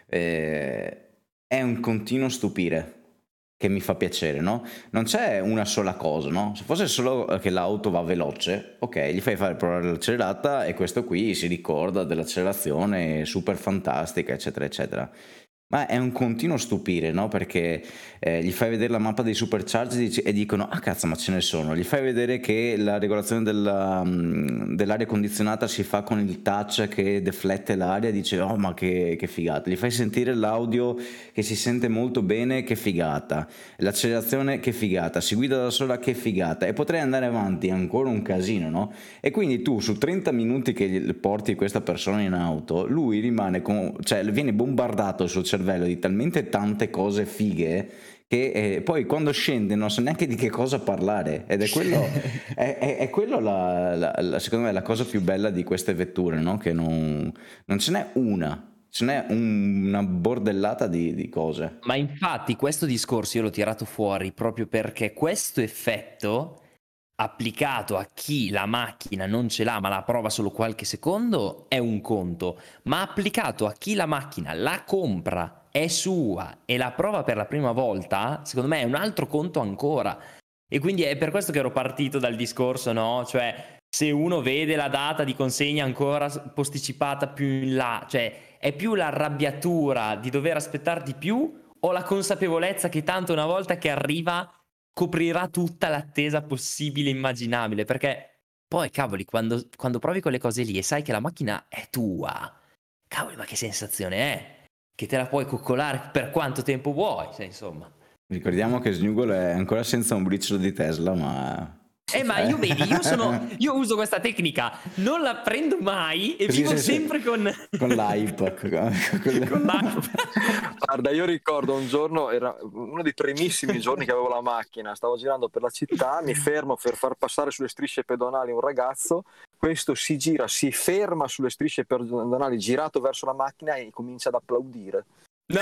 Speaker 3: è un continuo stupire che mi fa piacere, no? Non c'è una sola cosa, no? Se fosse solo che l'auto va veloce, ok, gli fai fare provare l'accelerata e questo qui si ricorda dell'accelerazione super fantastica, eccetera, eccetera. Ma è un continuo stupire, no? Perché gli fai vedere la mappa dei supercharger e dicono: ah cazzo, ma ce ne sono. Gli fai vedere che la regolazione dell'aria condizionata si fa con il touch che deflette l'aria e dice: oh ma che figata. Gli fai sentire l'audio che si sente molto bene, che figata. L'accelerazione, che figata. Si guida da sola, che figata. E potrei andare avanti ancora un casino, no? E quindi tu su 30 minuti che porti questa persona in auto, lui rimane cioè viene bombardato sul cervello di talmente tante cose fighe che poi quando scende non sa neanche di che cosa parlare, ed è quello è quello secondo me la cosa più bella di queste vetture, no? Che non ce n'è una, ce n'è una bordellata di cose.
Speaker 2: Ma infatti questo discorso io l'ho tirato fuori proprio perché questo effetto applicato a chi la macchina non ce l'ha ma la prova solo qualche secondo è un conto, ma applicato a chi la macchina la compra, è sua e la prova per la prima volta, secondo me è un altro conto ancora. E quindi è per questo che ero partito dal discorso, no? Cioè, se uno vede la data di consegna ancora posticipata più in là, cioè è più l'arrabbiatura di dover aspettare di più o la consapevolezza che tanto una volta che arriva coprirà tutta l'attesa possibile e immaginabile, perché poi cavoli quando provi quelle cose lì e sai che la macchina è tua, cavoli, ma che sensazione è che te la puoi coccolare per quanto tempo vuoi, cioè, insomma.
Speaker 3: Ricordiamo che Snuggle è ancora senza un briciolo di Tesla, ma
Speaker 2: Ma io vedi, io uso questa tecnica, non la prendo mai e vivo sempre con
Speaker 3: l'hype.
Speaker 2: Con l'hype.
Speaker 1: Guarda, io ricordo un giorno, era uno dei primissimi giorni che avevo la macchina, stavo girando per la città, mi fermo per far passare sulle strisce pedonali un ragazzo, questo si gira, si ferma sulle strisce pedonali girato verso la macchina e comincia ad applaudire.
Speaker 2: No.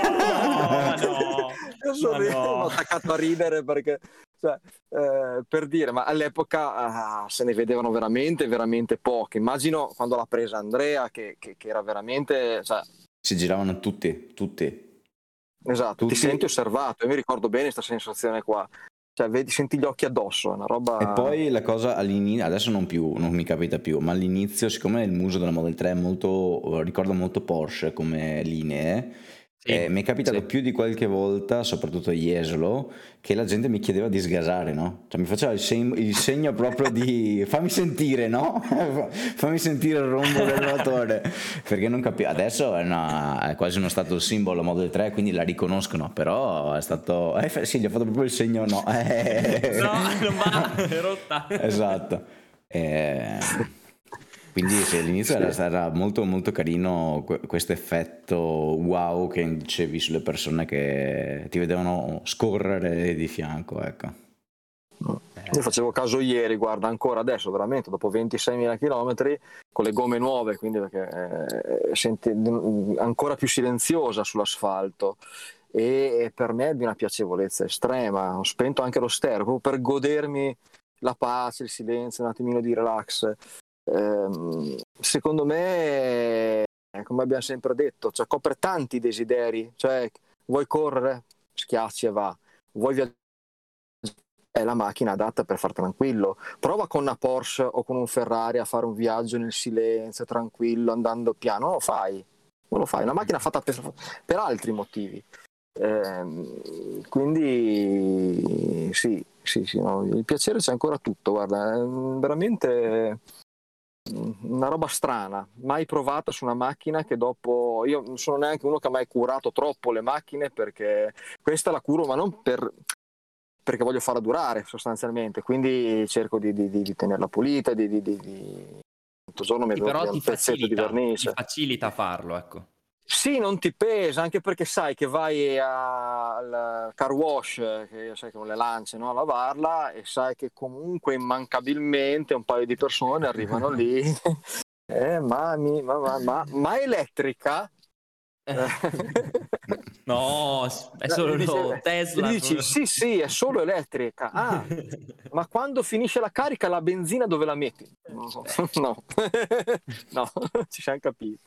Speaker 1: Ho attaccato a ridere perché, cioè, per dire, ma all'epoca se ne vedevano veramente pochi. Immagino quando l'ha presa Andrea che era veramente, cioè,
Speaker 3: si giravano tutti.
Speaker 1: Esatto,
Speaker 3: tutti.
Speaker 1: Ti senti osservato. Io mi ricordo bene questa sensazione qua. Cioè, senti gli occhi addosso, è una roba.
Speaker 3: E poi la cosa all'inizio, adesso non mi capita più, ma all'inizio, siccome il muso della Model 3 è ricorda molto Porsche come linee, mi è capitato più di qualche volta, soprattutto a Jesolo, che la gente mi chiedeva di sgasare, no? Cioè mi faceva il segno proprio di fammi sentire, no? Fammi sentire il rombo del motore, perché non capivo. Adesso è quasi uno stato simbolo Model 3, quindi la riconoscono, però è stato sì, gli ho fatto proprio il segno no.
Speaker 2: No, non va, è rotta.
Speaker 3: Esatto. Quindi sì, all'inizio era molto molto carino questo effetto wow che dicevi sulle persone che ti vedevano scorrere di fianco, ecco.
Speaker 1: Io facevo caso ieri, guarda, ancora adesso veramente dopo 26.000 km con le gomme nuove, quindi perché senti ancora più silenziosa sull'asfalto e per me è di una piacevolezza estrema. Ho spento anche lo stereo proprio per godermi la pace, il silenzio, un attimino di relax. Secondo me, come abbiamo sempre detto, cioè, copre tanti desideri, cioè vuoi correre, schiacci e va, vuoi viaggiare, è la macchina adatta per far tranquillo. Prova con una Porsche o con un Ferrari a fare un viaggio nel silenzio, tranquillo, andando piano, non lo fai, una macchina fatta per altri motivi. Quindi sì, no, il piacere c'è ancora tutto, guarda, è veramente una roba strana, mai provata su una macchina che dopo, io non sono neanche uno che ha mai curato troppo le macchine perché questa la curo ma non perché voglio farla durare sostanzialmente, quindi cerco di tenerla pulita, tutto giorno mi
Speaker 2: però
Speaker 1: un pezzetto di vernice.
Speaker 2: Ti facilita a farlo, ecco.
Speaker 1: Sì, non ti pesa, anche perché sai che vai al car wash, che sai che non le lance, no, a lavarla, e sai che comunque immancabilmente un paio di persone arrivano lì, ma elettrica?
Speaker 2: No, è solo Tesla.
Speaker 1: Gli dici, sì, è solo elettrica. Ah, ma quando finisce la carica la benzina dove la metti? No, no, ci siamo capiti.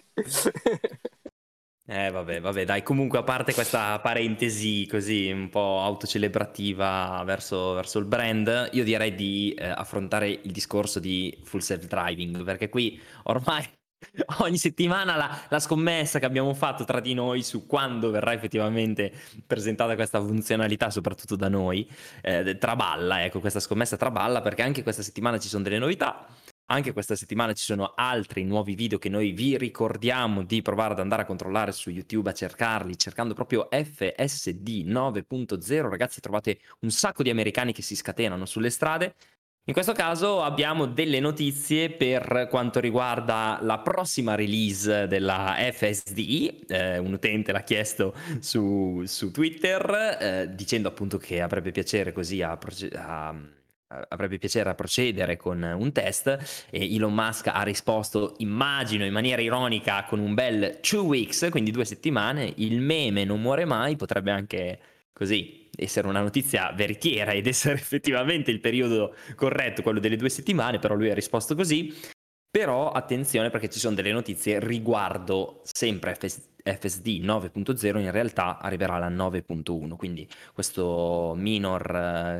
Speaker 2: Vabbè, dai, comunque a parte questa parentesi così un po' autocelebrativa verso il brand, io direi di affrontare il discorso di full self-driving, perché qui ormai ogni settimana la scommessa che abbiamo fatto tra di noi su quando verrà effettivamente presentata questa funzionalità, soprattutto da noi, traballa, ecco, questa scommessa traballa, perché anche questa settimana ci sono delle novità. Anche questa settimana ci sono altri nuovi video che noi vi ricordiamo di provare ad andare a controllare su YouTube, a cercarli, cercando proprio FSD 9.0. Ragazzi, trovate un sacco di americani che si scatenano sulle strade. In questo caso abbiamo delle notizie per quanto riguarda la prossima release della FSD. Un utente l'ha chiesto su Twitter, dicendo appunto che avrebbe piacere così avrebbe piacere a procedere con un test, e Elon Musk ha risposto, immagino in maniera ironica, con un bel 2 weeks, quindi 2 settimane. Il meme non muore mai, potrebbe anche così essere una notizia veritiera ed essere effettivamente il periodo corretto, quello delle 2 settimane, però lui ha risposto così. Però attenzione, perché ci sono delle notizie riguardo sempre FSD 9.0, in realtà arriverà la 9.1, quindi questo minor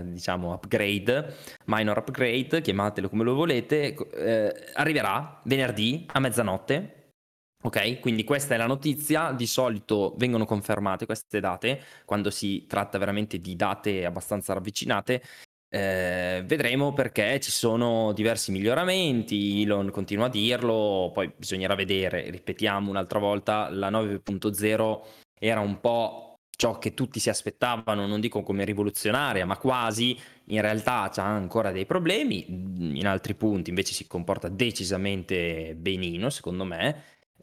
Speaker 2: upgrade, chiamatelo come lo volete, arriverà venerdì a mezzanotte. Ok, quindi questa è la notizia. Di solito vengono confermate queste date quando si tratta veramente di date abbastanza ravvicinate. Vedremo, perché ci sono diversi miglioramenti, Elon continua a dirlo, poi bisognerà vedere. Ripetiamo un'altra volta, la 9.0 era un po' ciò che tutti si aspettavano, non dico come rivoluzionaria, ma quasi, in realtà c'ha ancora dei problemi, in altri punti invece si comporta decisamente benino, secondo me.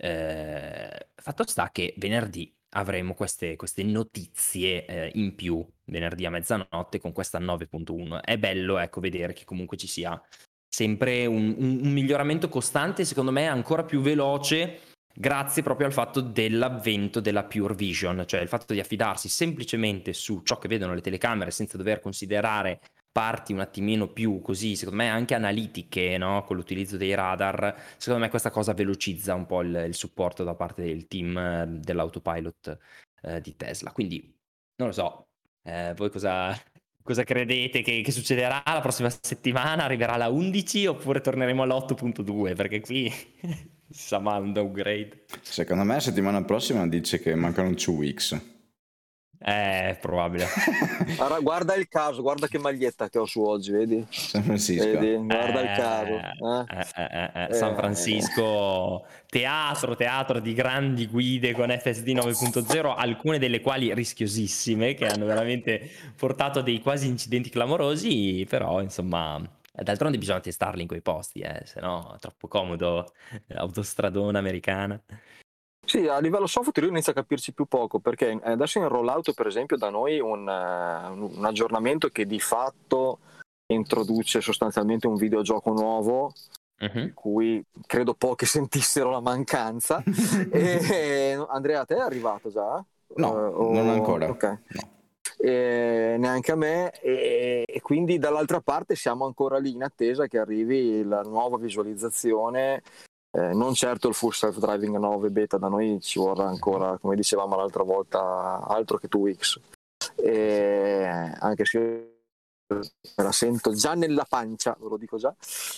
Speaker 2: Fatto sta che venerdì avremo queste notizie in più, venerdì a mezzanotte con questa 9.1. È bello, ecco, vedere che comunque ci sia sempre un miglioramento costante, secondo me ancora più veloce, grazie proprio al fatto dell'avvento della Pure Vision, cioè il fatto di affidarsi semplicemente su ciò che vedono le telecamere senza dover considerare parti un attimino più così, secondo me anche analitiche, no? Con l'utilizzo dei radar, secondo me questa cosa velocizza un po' il supporto da parte del team dell'autopilot di Tesla. Quindi non lo so, voi cosa credete che succederà la prossima settimana? Arriverà la 11 oppure torneremo all'8.2? Perché qui si sa male un downgrade.
Speaker 3: Secondo me la settimana prossima dice che mancano 2 weeks.
Speaker 2: Probabile.
Speaker 1: Allora, guarda il caso, guarda che maglietta che ho su oggi, vedi?
Speaker 3: San Francisco.
Speaker 1: Vedi? Guarda il caso.
Speaker 2: San Francisco, teatro di grandi guide con FSD 9.0, alcune delle quali rischiosissime, che hanno veramente portato a dei quasi incidenti clamorosi, però insomma, d'altronde bisogna testarli in quei posti, se no è troppo comodo, autostradona americana.
Speaker 1: Sì, a livello software io inizio a capirci più poco, perché adesso in rollout per esempio da noi un aggiornamento che di fatto introduce sostanzialmente un videogioco nuovo, di cui credo pochi sentissero la mancanza. E Andrea, a te è arrivato già?
Speaker 3: No, non ancora.
Speaker 1: Ok.
Speaker 3: No.
Speaker 1: Neanche a me, e quindi dall'altra parte siamo ancora lì in attesa che arrivi la nuova visualizzazione. Non certo il full self-driving 9 beta, da noi ci vorrà ancora, come dicevamo l'altra volta, altro che 2x, anche se me la sento già nella pancia, ve lo dico già,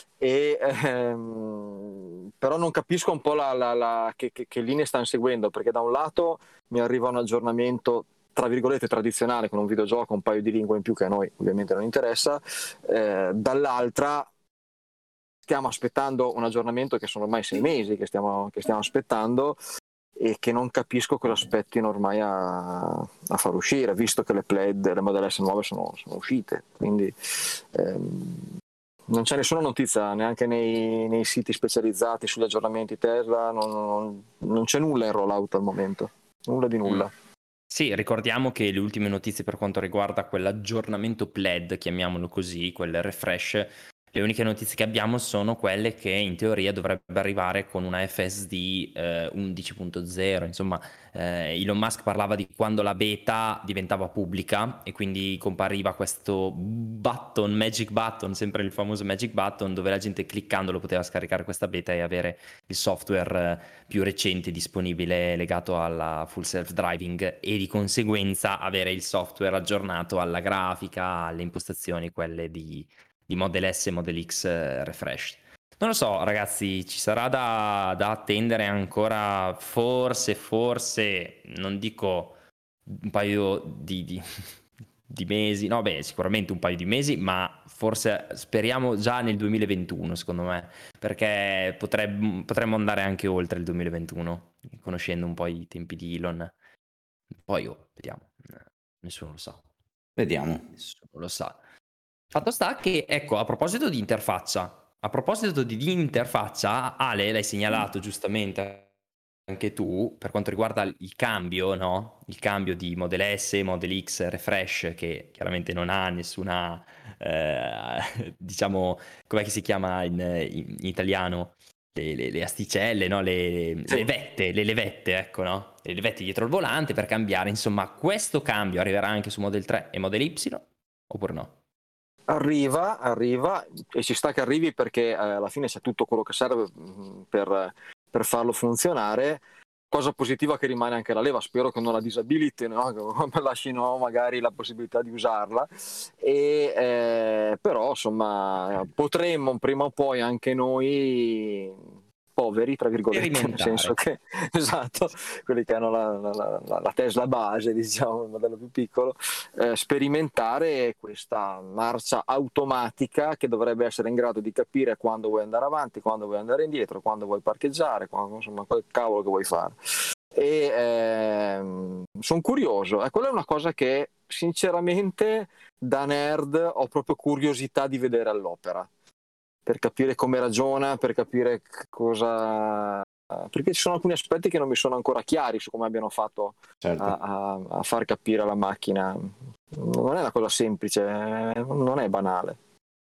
Speaker 1: però non capisco un po' che linee stanno seguendo, perché da un lato mi arriva un aggiornamento tra virgolette tradizionale con un videogioco, un paio di lingue in più che a noi ovviamente non interessa, dall'altra stiamo aspettando un aggiornamento che sono ormai 6 mesi che stiamo aspettando e che non capisco cosa aspettino ormai a far uscire, visto che le Plaid, le Model S nuove sono uscite, quindi non c'è nessuna notizia neanche nei siti specializzati sugli aggiornamenti Tesla, non c'è nulla in rollout al momento, nulla di nulla.
Speaker 2: Sì, ricordiamo che le ultime notizie per quanto riguarda quell'aggiornamento Plaid, chiamiamolo così, quel refresh, le uniche notizie che abbiamo sono quelle che in teoria dovrebbe arrivare con una FSD 11.0, insomma Elon Musk parlava di quando la beta diventava pubblica e quindi compariva questo button, magic button, sempre il famoso magic button, dove la gente cliccandolo poteva scaricare questa beta e avere il software più recente disponibile legato alla full self driving e di conseguenza avere il software aggiornato alla grafica, alle impostazioni, quelle di Model S e Model X refreshed. Non lo so ragazzi, ci sarà da attendere ancora forse, non dico un paio di mesi, no beh sicuramente un paio di mesi, ma forse speriamo già nel 2021 secondo me, perché potremmo andare anche oltre il 2021, conoscendo un po' i tempi di Elon. Poi vediamo, nessuno lo sa.
Speaker 3: Vediamo.
Speaker 2: Nessuno lo sa. Fatto sta che, ecco, a proposito di interfaccia, Ale, l'hai segnalato giustamente anche tu, per quanto riguarda il cambio, no? Il cambio di Model S, Model X, refresh, che chiaramente non ha nessuna, diciamo, com'è che si chiama in italiano? Le asticelle, no? Le levette, ecco, no? Le levette dietro il volante per cambiare, insomma, questo cambio arriverà anche su Model 3 e Model Y, oppure no?
Speaker 1: Arriva e ci sta che arrivi, perché alla fine c'è tutto quello che serve per farlo funzionare. Cosa positiva che rimane anche la leva, spero che non la disability, no? Che lasciano magari la possibilità di usarla, però insomma potremmo prima o poi anche noi poveri tra virgolette, nel senso che esatto, quelli che hanno la Tesla base, diciamo il modello più piccolo, sperimentare questa marcia automatica che dovrebbe essere in grado di capire quando vuoi andare avanti, quando vuoi andare indietro, quando vuoi parcheggiare, insomma quel cavolo che vuoi fare. e sono curioso. Quella è una cosa che sinceramente da nerd ho proprio curiosità di vedere all'opera, per capire come ragiona, per capire cosa, perché ci sono alcuni aspetti che non mi sono ancora chiari su come abbiano fatto
Speaker 3: Certo.
Speaker 1: a far capire la macchina. Non è una cosa semplice, non è banale.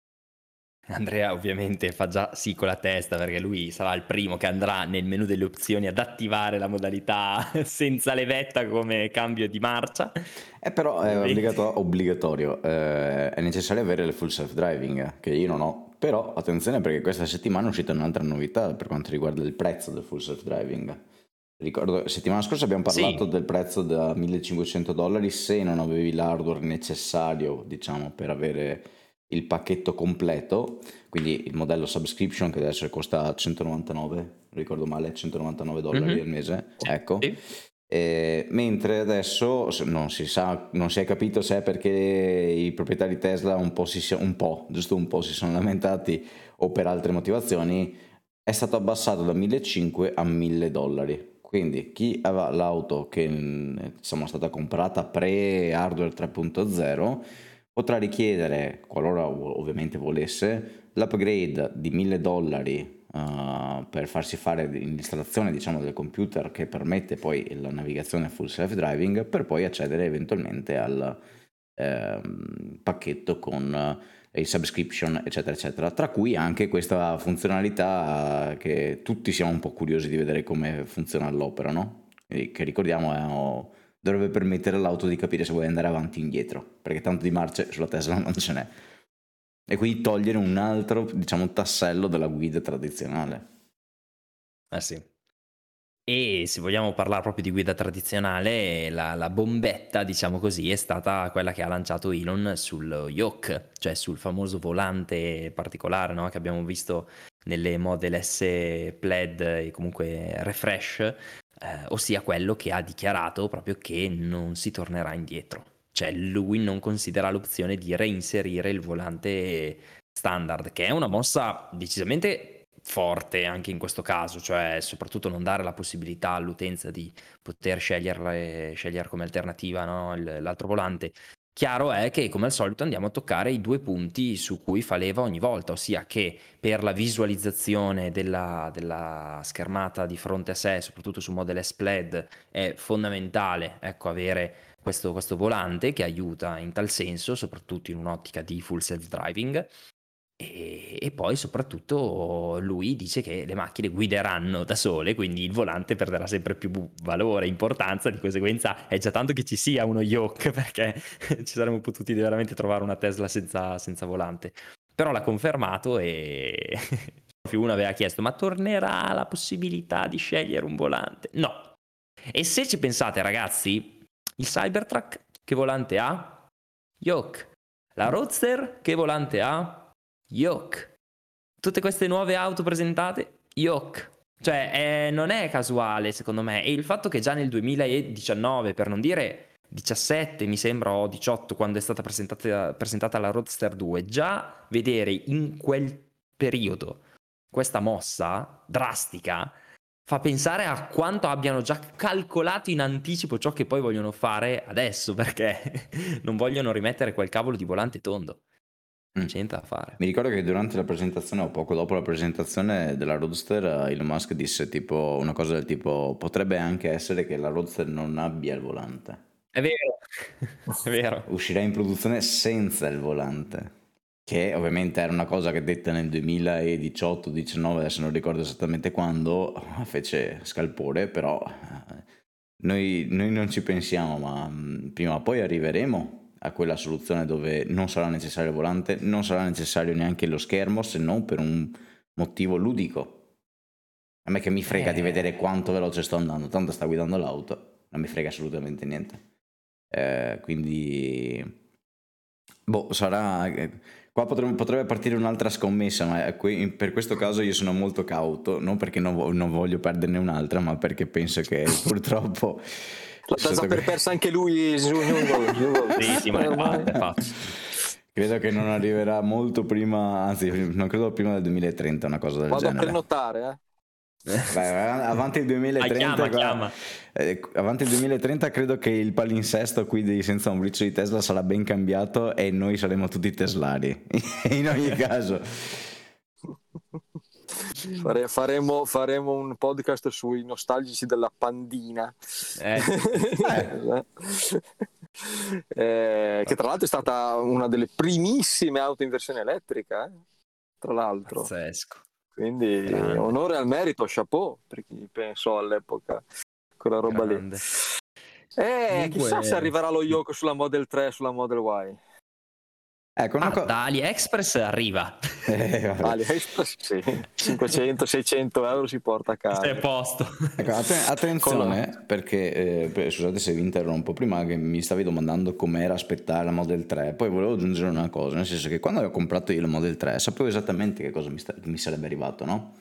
Speaker 2: Andrea ovviamente fa già sì con la testa, perché lui sarà il primo che andrà nel menu delle opzioni ad attivare la modalità senza levetta come cambio di marcia.
Speaker 3: Però è
Speaker 2: Ovviamente.
Speaker 3: obbligatorio, è necessario avere il full self-driving, che io non ho. Però attenzione, perché questa settimana è uscita un'altra novità per quanto riguarda il prezzo del full self-driving. Ricordo, settimana scorsa abbiamo parlato
Speaker 2: Sì,
Speaker 3: del prezzo da $1.500 se non avevi l'hardware necessario, diciamo, per avere il pacchetto completo, quindi il modello subscription, che adesso costa 199, ricordo male, $199 al mese, ecco.
Speaker 2: sì.
Speaker 3: Mentre adesso non si sa, non si è capito se è perché i proprietari Tesla giusto un po' si sono lamentati o per altre motivazioni, è stato abbassato da 1.500 a $1.000. Quindi chi aveva l'auto che insomma è stata comprata pre-hardware 3.0 potrà richiedere, qualora ovviamente volesse, l'upgrade di $1.000 per farsi fare l'installazione, diciamo, del computer che permette poi la navigazione full self-driving, per poi accedere eventualmente al pacchetto con il subscription, eccetera, eccetera. Tra cui anche questa funzionalità che tutti siamo un po' curiosi di vedere come funziona all'opera, no? E che ricordiamo dovrebbe permettere all'auto di capire se vuoi andare avanti o indietro, perché tanto di marce sulla Tesla non ce n'è. E quindi togliere un altro, diciamo, tassello della guida tradizionale.
Speaker 2: Sì. E se vogliamo parlare proprio di guida tradizionale, la bombetta, diciamo così, è stata quella che ha lanciato Elon sul yoke, cioè sul famoso volante particolare, no? Che abbiamo visto nelle Model S Plaid e comunque Refresh, ossia quello che ha dichiarato proprio che non si tornerà indietro. Cioè lui non considera l'opzione di reinserire il volante standard, che è una mossa decisamente forte anche in questo caso, cioè soprattutto non dare la possibilità all'utenza di poter scegliere come alternativa, no, l'altro volante. Chiaro è che come al solito andiamo a toccare i due punti su cui fa leva ogni volta, ossia che per la visualizzazione della schermata di fronte a sé, soprattutto su Model S Plaid, è fondamentale, ecco, avere questo volante che aiuta in tal senso, soprattutto in un'ottica di full self-driving. E poi soprattutto lui dice che le macchine guideranno da sole, quindi il volante perderà sempre più valore e importanza, di conseguenza è già tanto che ci sia uno yoke, perché ci saremmo potuti veramente trovare una Tesla senza volante. Però l'ha confermato e proprio uno aveva chiesto: ma tornerà la possibilità di scegliere un volante? No. E se ci pensate, ragazzi, il Cybertruck che volante ha? Yoke. La Roadster che volante ha? Yoke. Tutte queste nuove auto presentate, yoke. Cioè, non è casuale, secondo me. E il fatto che già nel 2019, per non dire 17, mi sembra, o 18, quando è stata presentata la Roadster 2, già vedere in quel periodo questa mossa drastica fa pensare a quanto abbiano già calcolato in anticipo ciò che poi vogliono fare adesso, perché non vogliono rimettere quel cavolo di volante tondo. Non c'è niente da fare.
Speaker 3: Mi ricordo che durante la presentazione o poco dopo la presentazione della Roadster Elon Musk disse tipo una cosa del tipo: potrebbe anche essere che la Roadster non abbia il volante.
Speaker 2: È vero, è vero.
Speaker 3: Uscirà in produzione senza il volante, che ovviamente era una cosa che detta nel 2018-19, adesso non ricordo esattamente quando, fece scalpore, però noi non ci pensiamo, ma prima o poi arriveremo a quella soluzione dove non sarà necessario il volante, non sarà necessario neanche lo schermo, se non per un motivo ludico. A me che mi frega di vedere quanto veloce sto andando, tanto sta guidando l'auto, non mi frega assolutamente niente. Quindi sarà qua potrebbe partire un'altra scommessa, ma per questo caso io sono molto cauto, non perché non voglio perderne un'altra, ma perché penso che purtroppo
Speaker 1: l'ha già persa anche lui
Speaker 2: sì, ma è fatto.
Speaker 3: Credo che non arriverà molto prima, anzi non credo prima del 2030 una cosa del genere.
Speaker 1: Vado a prenotare,
Speaker 3: Beh, avanti il 2030,
Speaker 2: chiama.
Speaker 3: Avanti il 2030 credo che il palinsesto qui di Senza un briccio di Tesla sarà ben cambiato e noi saremo tutti teslari in ogni caso.
Speaker 1: Faremo un podcast sui nostalgici della Pandina. Che tra l'altro è stata una delle primissime auto in versione elettrica, tra l'altro.
Speaker 2: Pazzesco.
Speaker 1: Quindi
Speaker 2: grande.
Speaker 1: Onore al merito, chapeau per chi pensò all'epoca quella roba
Speaker 2: grande.
Speaker 1: lì.
Speaker 2: Comunque...
Speaker 1: Chissà se arriverà lo Yoke sulla Model 3 e sulla Model Y.
Speaker 3: Ecco,
Speaker 2: da AliExpress arriva.
Speaker 1: AliExpress sì, 500-600 euro si porta a casa.
Speaker 2: Sei a posto.
Speaker 3: Ecco, attenzione perché scusate se vi interrompo, prima che mi stavi domandando com'era aspettare la Model 3, poi volevo aggiungere una cosa, nel senso che quando avevo comprato io la Model 3 sapevo esattamente che cosa mi sarebbe arrivato, no?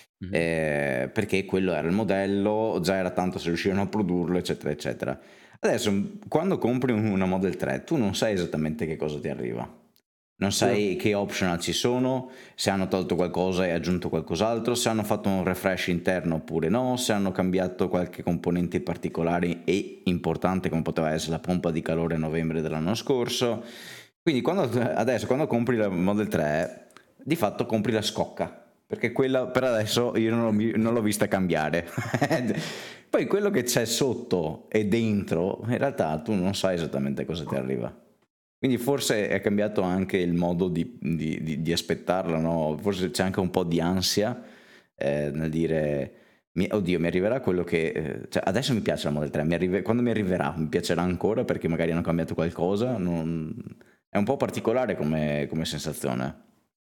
Speaker 3: Perché quello era il modello, già era tanto se riuscivano a produrlo, eccetera eccetera. Adesso quando compri una Model 3 tu non sai esattamente che cosa ti arriva. Non sai che optional ci sono, se hanno tolto qualcosa e aggiunto qualcos'altro, se hanno fatto un refresh interno oppure no, se hanno cambiato qualche componente particolare e importante come poteva essere la pompa di calore a novembre dell'anno scorso. Quindi adesso quando compri la Model 3 di fatto compri la scocca, perché quella per adesso io non l'ho vista cambiare. Poi quello che c'è sotto e dentro in realtà tu non sai esattamente cosa ti arriva. Quindi forse è cambiato anche il modo di aspettarla, no? Forse c'è anche un po' di ansia nel dire oddio mi arriverà quello che... cioè, adesso mi piace la Model 3, quando mi arriverà mi piacerà ancora perché magari hanno cambiato qualcosa, è un po' particolare come sensazione.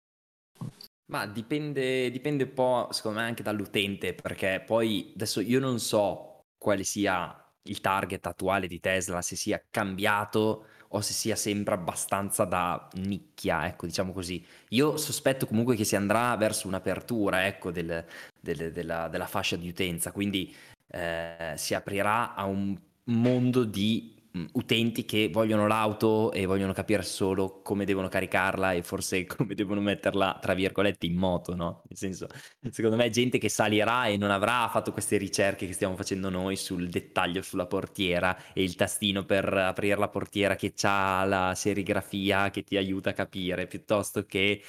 Speaker 2: Ma dipende un po' secondo me anche dall'utente, perché poi adesso io non so quale sia il target attuale di Tesla, se sia cambiato o se sia sempre abbastanza da nicchia, ecco, diciamo così. Io sospetto comunque che si andrà verso un'apertura, ecco, della fascia di utenza, quindi si aprirà a un mondo di utenti che vogliono l'auto e vogliono capire solo come devono caricarla e forse come devono metterla, tra virgolette, in moto, no? Nel senso, secondo me è gente che salirà e non avrà fatto queste ricerche che stiamo facendo noi sul dettaglio sulla portiera e il tastino per aprire la portiera che ha la serigrafia che ti aiuta a capire, piuttosto che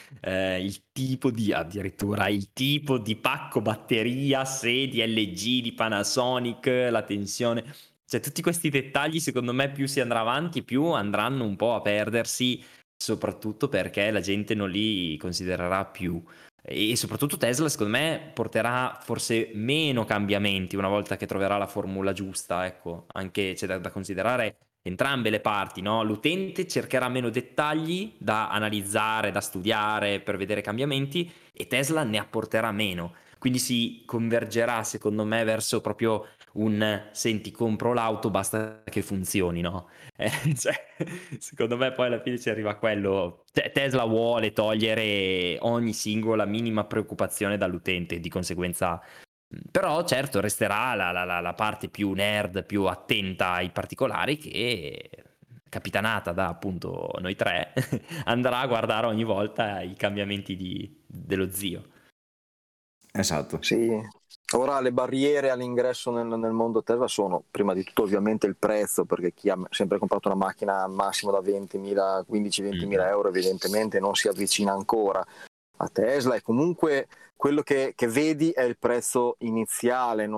Speaker 2: addirittura il tipo di pacco batteria, se di LG, di Panasonic, la tensione. Cioè, tutti questi dettagli, secondo me, più si andrà avanti, più andranno un po' a perdersi, soprattutto perché la gente non li considererà più. E soprattutto Tesla, secondo me, porterà forse meno cambiamenti una volta che troverà la formula giusta, ecco. Anche c'è da considerare entrambe le parti, no? L'utente cercherà meno dettagli da analizzare, da studiare per vedere cambiamenti e Tesla ne apporterà meno. Quindi si convergerà, secondo me, verso proprio senti, compro l'auto, basta che funzioni, no? Cioè, secondo me poi alla fine ci arriva a quello. Tesla vuole togliere ogni singola minima preoccupazione dall'utente, di conseguenza. Però certo resterà la parte più nerd, più attenta ai particolari che, capitanata da appunto noi tre, andrà a guardare ogni volta i cambiamenti dello zio.
Speaker 3: Esatto.
Speaker 1: Sì, ora le barriere all'ingresso nel mondo Tesla sono prima di tutto ovviamente il prezzo, perché chi ha sempre comprato una macchina massimo da 15-20.000 euro evidentemente non si avvicina ancora a Tesla, e comunque quello che vedi è il prezzo iniziale.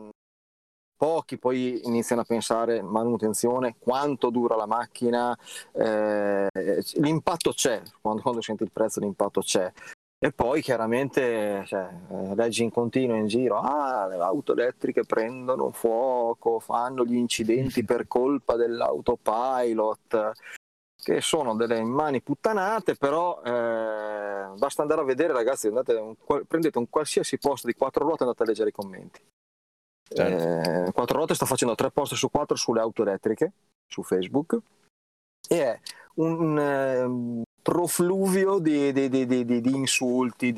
Speaker 1: Pochi poi iniziano a pensare manutenzione, quanto dura la macchina, l'impatto c'è, quando senti il prezzo l'impatto c'è. E poi chiaramente leggi in continuo in giro, le auto elettriche prendono fuoco, fanno gli incidenti per colpa dell'autopilot, che sono delle immani puttanate, però basta andare a vedere, ragazzi, prendete un qualsiasi posto di 4 ruote e andate a leggere i commenti.
Speaker 3: Certo.
Speaker 1: 4 ruote sta facendo 3 post su 4 sulle auto elettriche su Facebook e è un profluvio di insulti,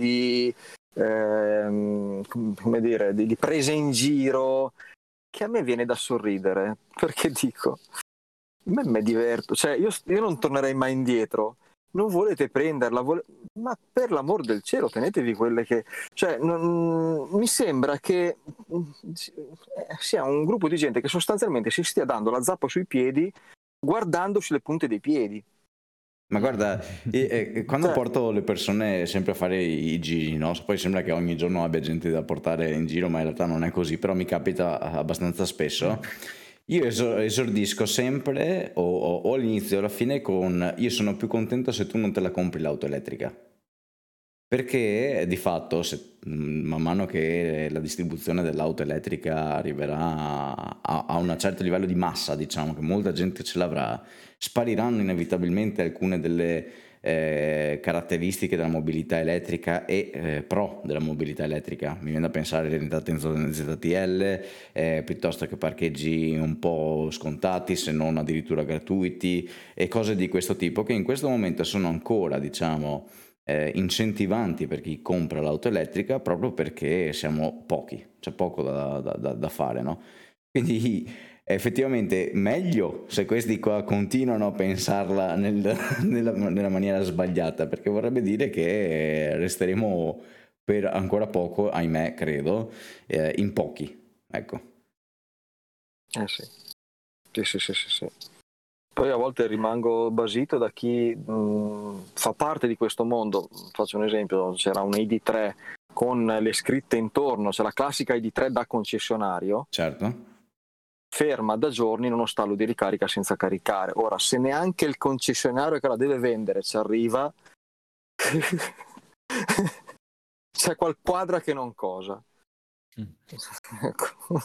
Speaker 1: come dire, di prese in giro, che a me viene da sorridere, perché dico, a me mi diverto, cioè io non tornerei mai indietro, non volete prenderla, ma per l'amor del cielo tenetevi quelle che... Cioè, mi sembra che sia un gruppo di gente che sostanzialmente si stia dando la zappa sui piedi guardandosi le punte dei piedi.
Speaker 3: Ma guarda, quando porto le persone sempre a fare i giri, no? Poi sembra che ogni giorno abbia gente da portare in giro, ma in realtà non è così, però mi capita abbastanza spesso. Io esordisco sempre o all'inizio o alla fine con: io sono più contento se tu non te la compri l'auto elettrica. Perché di fatto, man mano che la distribuzione dell'auto elettrica arriverà a un certo livello di massa, diciamo che molta gente ce l'avrà, spariranno inevitabilmente alcune delle caratteristiche della mobilità elettrica e pro della mobilità elettrica. Mi viene da pensare all'orientata in zone ZTL, piuttosto che parcheggi un po' scontati, se non addirittura gratuiti, e cose di questo tipo che in questo momento sono ancora, diciamo, incentivanti per chi compra l'auto elettrica, proprio perché siamo pochi, c'è poco da fare, no? Quindi effettivamente meglio se questi qua continuano a pensarla nella maniera sbagliata, perché vorrebbe dire che resteremo per ancora poco, ahimè, credo, in pochi, ecco.
Speaker 1: Sì. Sì. Poi a volte rimango basito da chi fa parte di questo mondo. Faccio un esempio: c'era un ID3 con le scritte intorno, c'è la classica ID3 da concessionario,
Speaker 3: certo,
Speaker 1: ferma da giorni in uno stallo di ricarica senza caricare. Ora, se neanche il concessionario che la deve vendere ci arriva, c'è qual quadra che non cosa. Ecco.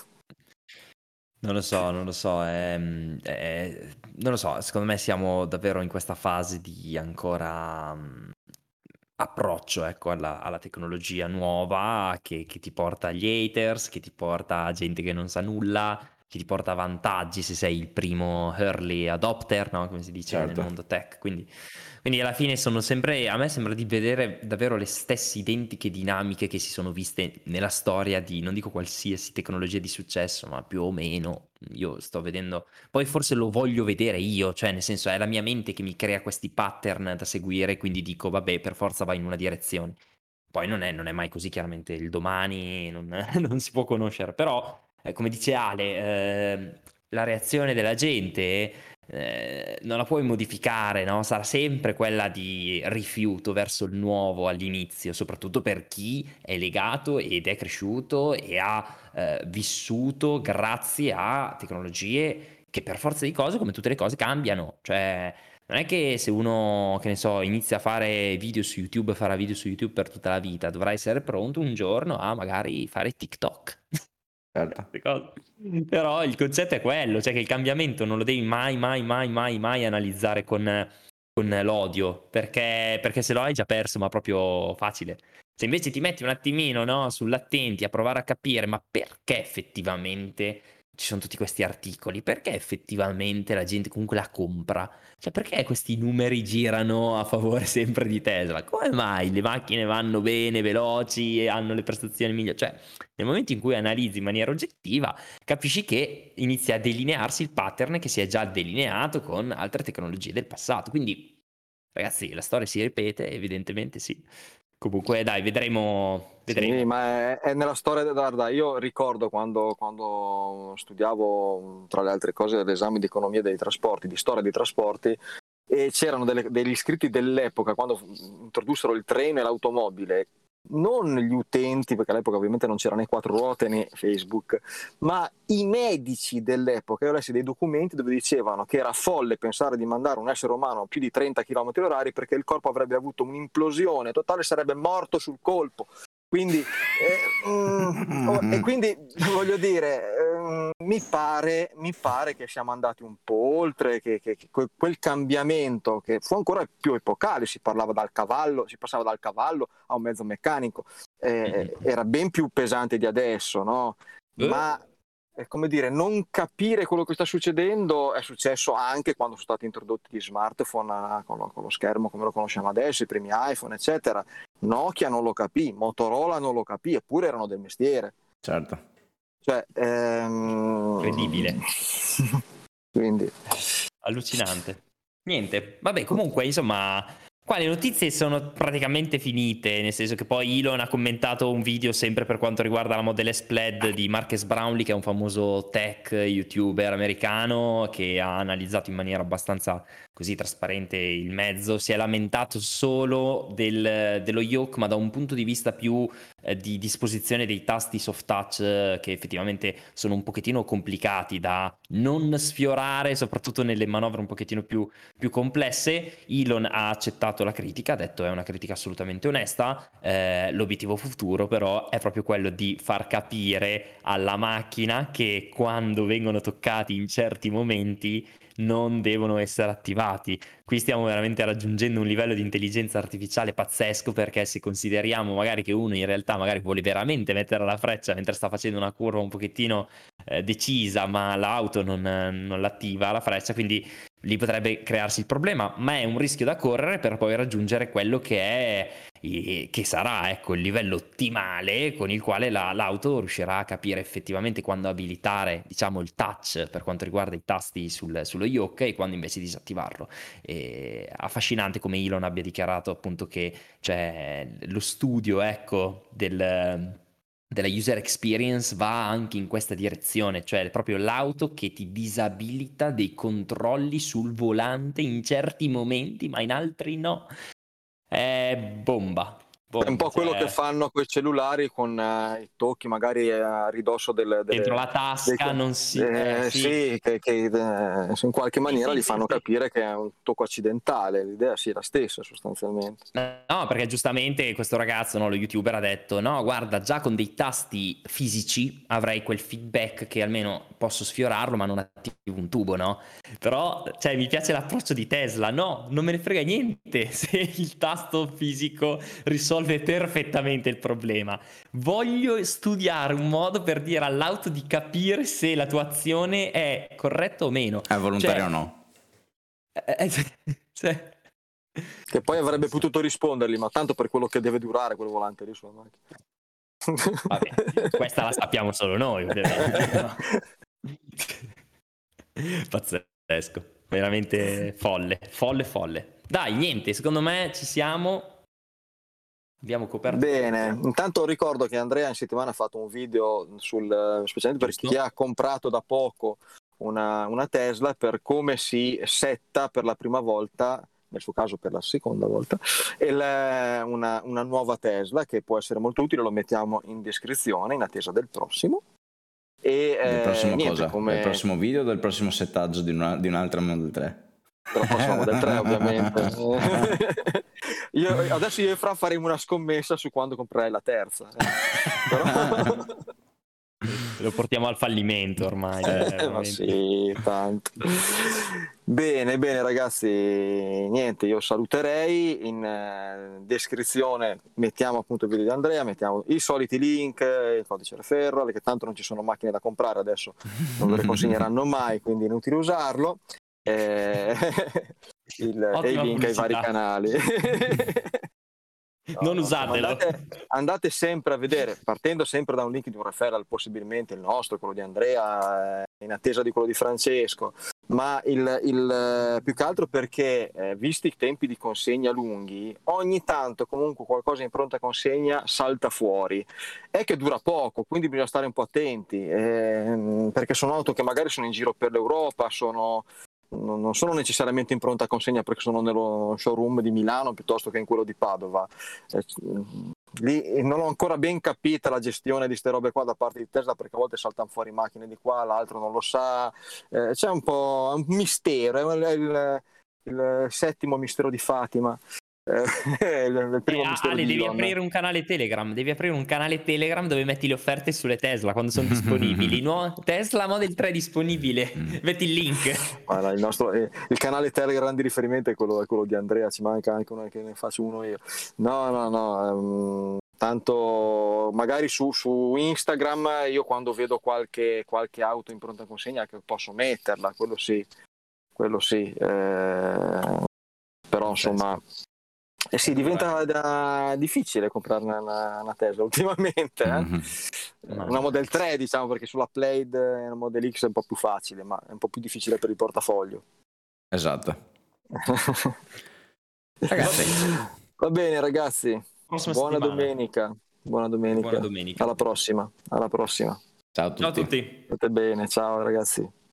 Speaker 2: Non lo so, non lo so, non lo so, secondo me siamo davvero in questa fase di ancora approccio, ecco, alla tecnologia nuova che ti porta agli haters, che ti porta a gente che non sa nulla, che ti porta a vantaggi se sei il primo early adopter, no? Come si dice nel
Speaker 3: certo.
Speaker 2: mondo tech. Quindi alla fine sono sempre, a me sembra di vedere davvero le stesse identiche dinamiche che si sono viste nella storia di, non dico qualsiasi tecnologia di successo, ma più o meno. Io sto vedendo, poi forse lo voglio vedere io, cioè nel senso è la mia mente che mi crea questi pattern da seguire, quindi dico vabbè, per forza va in una direzione. Poi non è mai così, chiaramente il domani non si può conoscere, però come dice Ale, la reazione della gente non la puoi modificare, no? Sarà sempre quella di rifiuto verso il nuovo all'inizio, soprattutto per chi è legato ed è cresciuto e ha vissuto grazie a tecnologie che per forza di cose, come tutte le cose, cambiano. Cioè, non è che se uno, che ne so, inizia a fare video su YouTube, farà video su YouTube per tutta la vita, dovrà essere pronto un giorno a magari fare TikTok.
Speaker 3: Certo.
Speaker 2: Però il concetto è quello, cioè che il cambiamento non lo devi mai analizzare con l'odio, perché se lo hai già perso, ma proprio facile. Se invece ti metti un attimino, no, sull'attenti a provare a capire ma perché effettivamente ci sono tutti questi articoli, perché effettivamente la gente comunque la compra, cioè perché questi numeri girano a favore sempre di Tesla, come mai le macchine vanno bene, veloci e hanno le prestazioni migliori, cioè nel momento in cui analizzi in maniera oggettiva capisci che inizia a delinearsi il pattern che si è già delineato con altre tecnologie del passato, quindi ragazzi la storia si ripete, evidentemente sì. Comunque dai, vedremo.
Speaker 1: Sì, ma è nella storia. Guarda, io ricordo quando studiavo, tra le altre cose, l'esame di economia dei trasporti, di storia dei trasporti, e c'erano degli scritti dell'epoca quando introdussero il treno e l'automobile, non gli utenti, perché all'epoca ovviamente non c'era né quattro ruote né Facebook, ma i medici dell'epoca. Io ho lessi dei documenti dove dicevano che era folle pensare di mandare un essere umano a più di 30 km/h perché il corpo avrebbe avuto un'implosione totale, sarebbe morto sul colpo. Quindi, e quindi voglio dire, mi pare che siamo andati un po' oltre, che quel cambiamento che fu ancora più epocale, si passava dal cavallo a un mezzo meccanico, era ben più pesante di adesso, no? Ma come dire, non capire quello che sta succedendo è successo anche quando sono stati introdotti gli smartphone con lo schermo come lo conosciamo adesso, i primi iPhone, eccetera. Nokia non lo capì, Motorola non lo capì, eppure erano del mestiere.
Speaker 3: Certo.
Speaker 1: Cioè,
Speaker 2: incredibile.
Speaker 1: Quindi
Speaker 2: allucinante. Niente, vabbè, comunque insomma Qua le notizie sono praticamente finite, nel senso che poi Elon ha commentato un video sempre per quanto riguarda la Model S Plaid di Marques Brownlee, che è un famoso tech youtuber americano che ha analizzato in maniera abbastanza così trasparente il mezzo. Si è lamentato solo dello yoke, ma da un punto di vista più di disposizione dei tasti soft touch, che effettivamente sono un pochettino complicati da non sfiorare, soprattutto nelle manovre un pochettino più complesse. Elon ha accettato la critica, ha detto è una critica assolutamente onesta, l'obiettivo futuro però è proprio quello di far capire alla macchina che quando vengono toccati in certi momenti non devono essere attivati. Qui stiamo veramente raggiungendo un livello di intelligenza artificiale pazzesco, perché se consideriamo magari che uno in realtà magari vuole veramente mettere la freccia mentre sta facendo una curva un pochettino decisa, ma l'auto non l'attiva la freccia, quindi lì potrebbe crearsi il problema, ma è un rischio da correre per poi raggiungere quello che sarà, ecco, il livello ottimale con il quale l'auto riuscirà a capire effettivamente quando abilitare, diciamo, il touch per quanto riguarda i tasti sullo yoke e quando invece disattivarlo. E affascinante come Elon abbia dichiarato appunto che cioè, lo studio, ecco, della user experience va anche in questa direzione, cioè proprio l'auto che ti disabilita dei controlli sul volante in certi momenti, ma in altri no. È bomba.
Speaker 1: È un po' quello che
Speaker 2: cioè,
Speaker 1: fanno con i cellulari con i tocchi magari a ridosso
Speaker 2: dentro la tasca non si...
Speaker 1: sì, che in qualche maniera
Speaker 2: Sì,
Speaker 1: gli
Speaker 2: sì,
Speaker 1: fanno
Speaker 2: sì.
Speaker 1: capire che è un tocco accidentale. L'idea sì è la stessa sostanzialmente.
Speaker 2: No, perché giustamente questo ragazzo, no, lo youtuber, ha detto no, guarda, già con dei tasti fisici avrei quel feedback che almeno posso sfiorarlo ma non attivo un tubo, no? Però, cioè, mi piace l'approccio di Tesla, no, non me ne frega niente se il tasto fisico risolve perfettamente il problema. Voglio studiare un modo per dire all'auto di capire se la tua azione è corretta o meno.
Speaker 3: È volontario o
Speaker 2: Cioè,
Speaker 3: no?
Speaker 2: cioè...
Speaker 1: Che poi avrebbe potuto rispondergli, ma tanto per quello che deve durare quel volante lì sulla macchina.
Speaker 2: Vabbè, questa la sappiamo solo noi, ovviamente. No? Pazzesco, veramente folle. Dai, niente, secondo me ci siamo. Abbiamo coperto
Speaker 1: Bene,
Speaker 2: tutto.
Speaker 1: intanto ricordo che Andrea in settimana ha fatto un video specialmente per
Speaker 2: Giusto?
Speaker 1: chi ha comprato da poco una Tesla, per come si setta per la prima volta, nel suo caso per la seconda volta, una nuova Tesla, che può essere molto utile. Lo mettiamo in descrizione in attesa del prossimo. E
Speaker 3: Del prossimo
Speaker 1: niente,
Speaker 3: cosa? Del
Speaker 1: come
Speaker 3: prossimo video o del prossimo settaggio di un'altra Model 3?
Speaker 1: della prossima Model 3 ovviamente. Adesso io e Fra faremo una scommessa su quando comprerai la terza. Però...
Speaker 2: Lo portiamo al fallimento ormai.
Speaker 1: Ma sì, tanto. Bene ragazzi, niente, io saluterei. In descrizione mettiamo appunto il video di Andrea, mettiamo i soliti link, il codice referral, che tanto non ci sono macchine da comprare adesso, non le consegneranno mai, quindi è inutile usarlo. E i link ai vari canali.
Speaker 2: Non usatelo.
Speaker 1: Andate sempre a vedere, partendo sempre da un link di un referral, possibilmente il nostro, quello di Andrea, in attesa di quello di Francesco, ma il più che altro perché visti i tempi di consegna lunghi, ogni tanto comunque qualcosa in pronta consegna salta fuori. È che dura poco, quindi bisogna stare un po' attenti, perché sono auto che magari sono in giro per l'Europa, non sono necessariamente in pronta consegna perché sono nello showroom di Milano piuttosto che in quello di Padova. Lì non ho ancora ben capita la gestione di ste robe qua da parte di Tesla, perché a volte saltano fuori macchine di qua, l'altro non lo sa, c'è un po' un mistero, è il settimo mistero di Fatima. Il primo mistero
Speaker 2: Ale,
Speaker 1: di
Speaker 2: devi
Speaker 1: Elon.
Speaker 2: aprire un canale Telegram dove metti le offerte sulle Tesla quando sono disponibili. No? Tesla Model 3 disponibile, metti il link.
Speaker 1: Guarda, il canale Telegram di riferimento è quello di Andrea, ci manca anche uno che ne faccio uno io. No, tanto magari su Instagram io quando vedo qualche auto in pronta consegna che posso metterla, quello sì, però insomma sì, diventa difficile comprarne una Tesla ultimamente, una Model 3 diciamo, perché sulla Plaid e una Model X è un po' più facile, ma è un po' più difficile per il portafoglio.
Speaker 3: Esatto. Ragazzi,
Speaker 1: Va bene ragazzi,
Speaker 2: Prossima
Speaker 1: buona
Speaker 2: settimana.
Speaker 1: domenica. Buona domenica.
Speaker 2: Buona domenica.
Speaker 1: Alla prossima.
Speaker 3: ciao a tutti.
Speaker 2: Ciao a tutti.
Speaker 1: State bene, ciao ragazzi.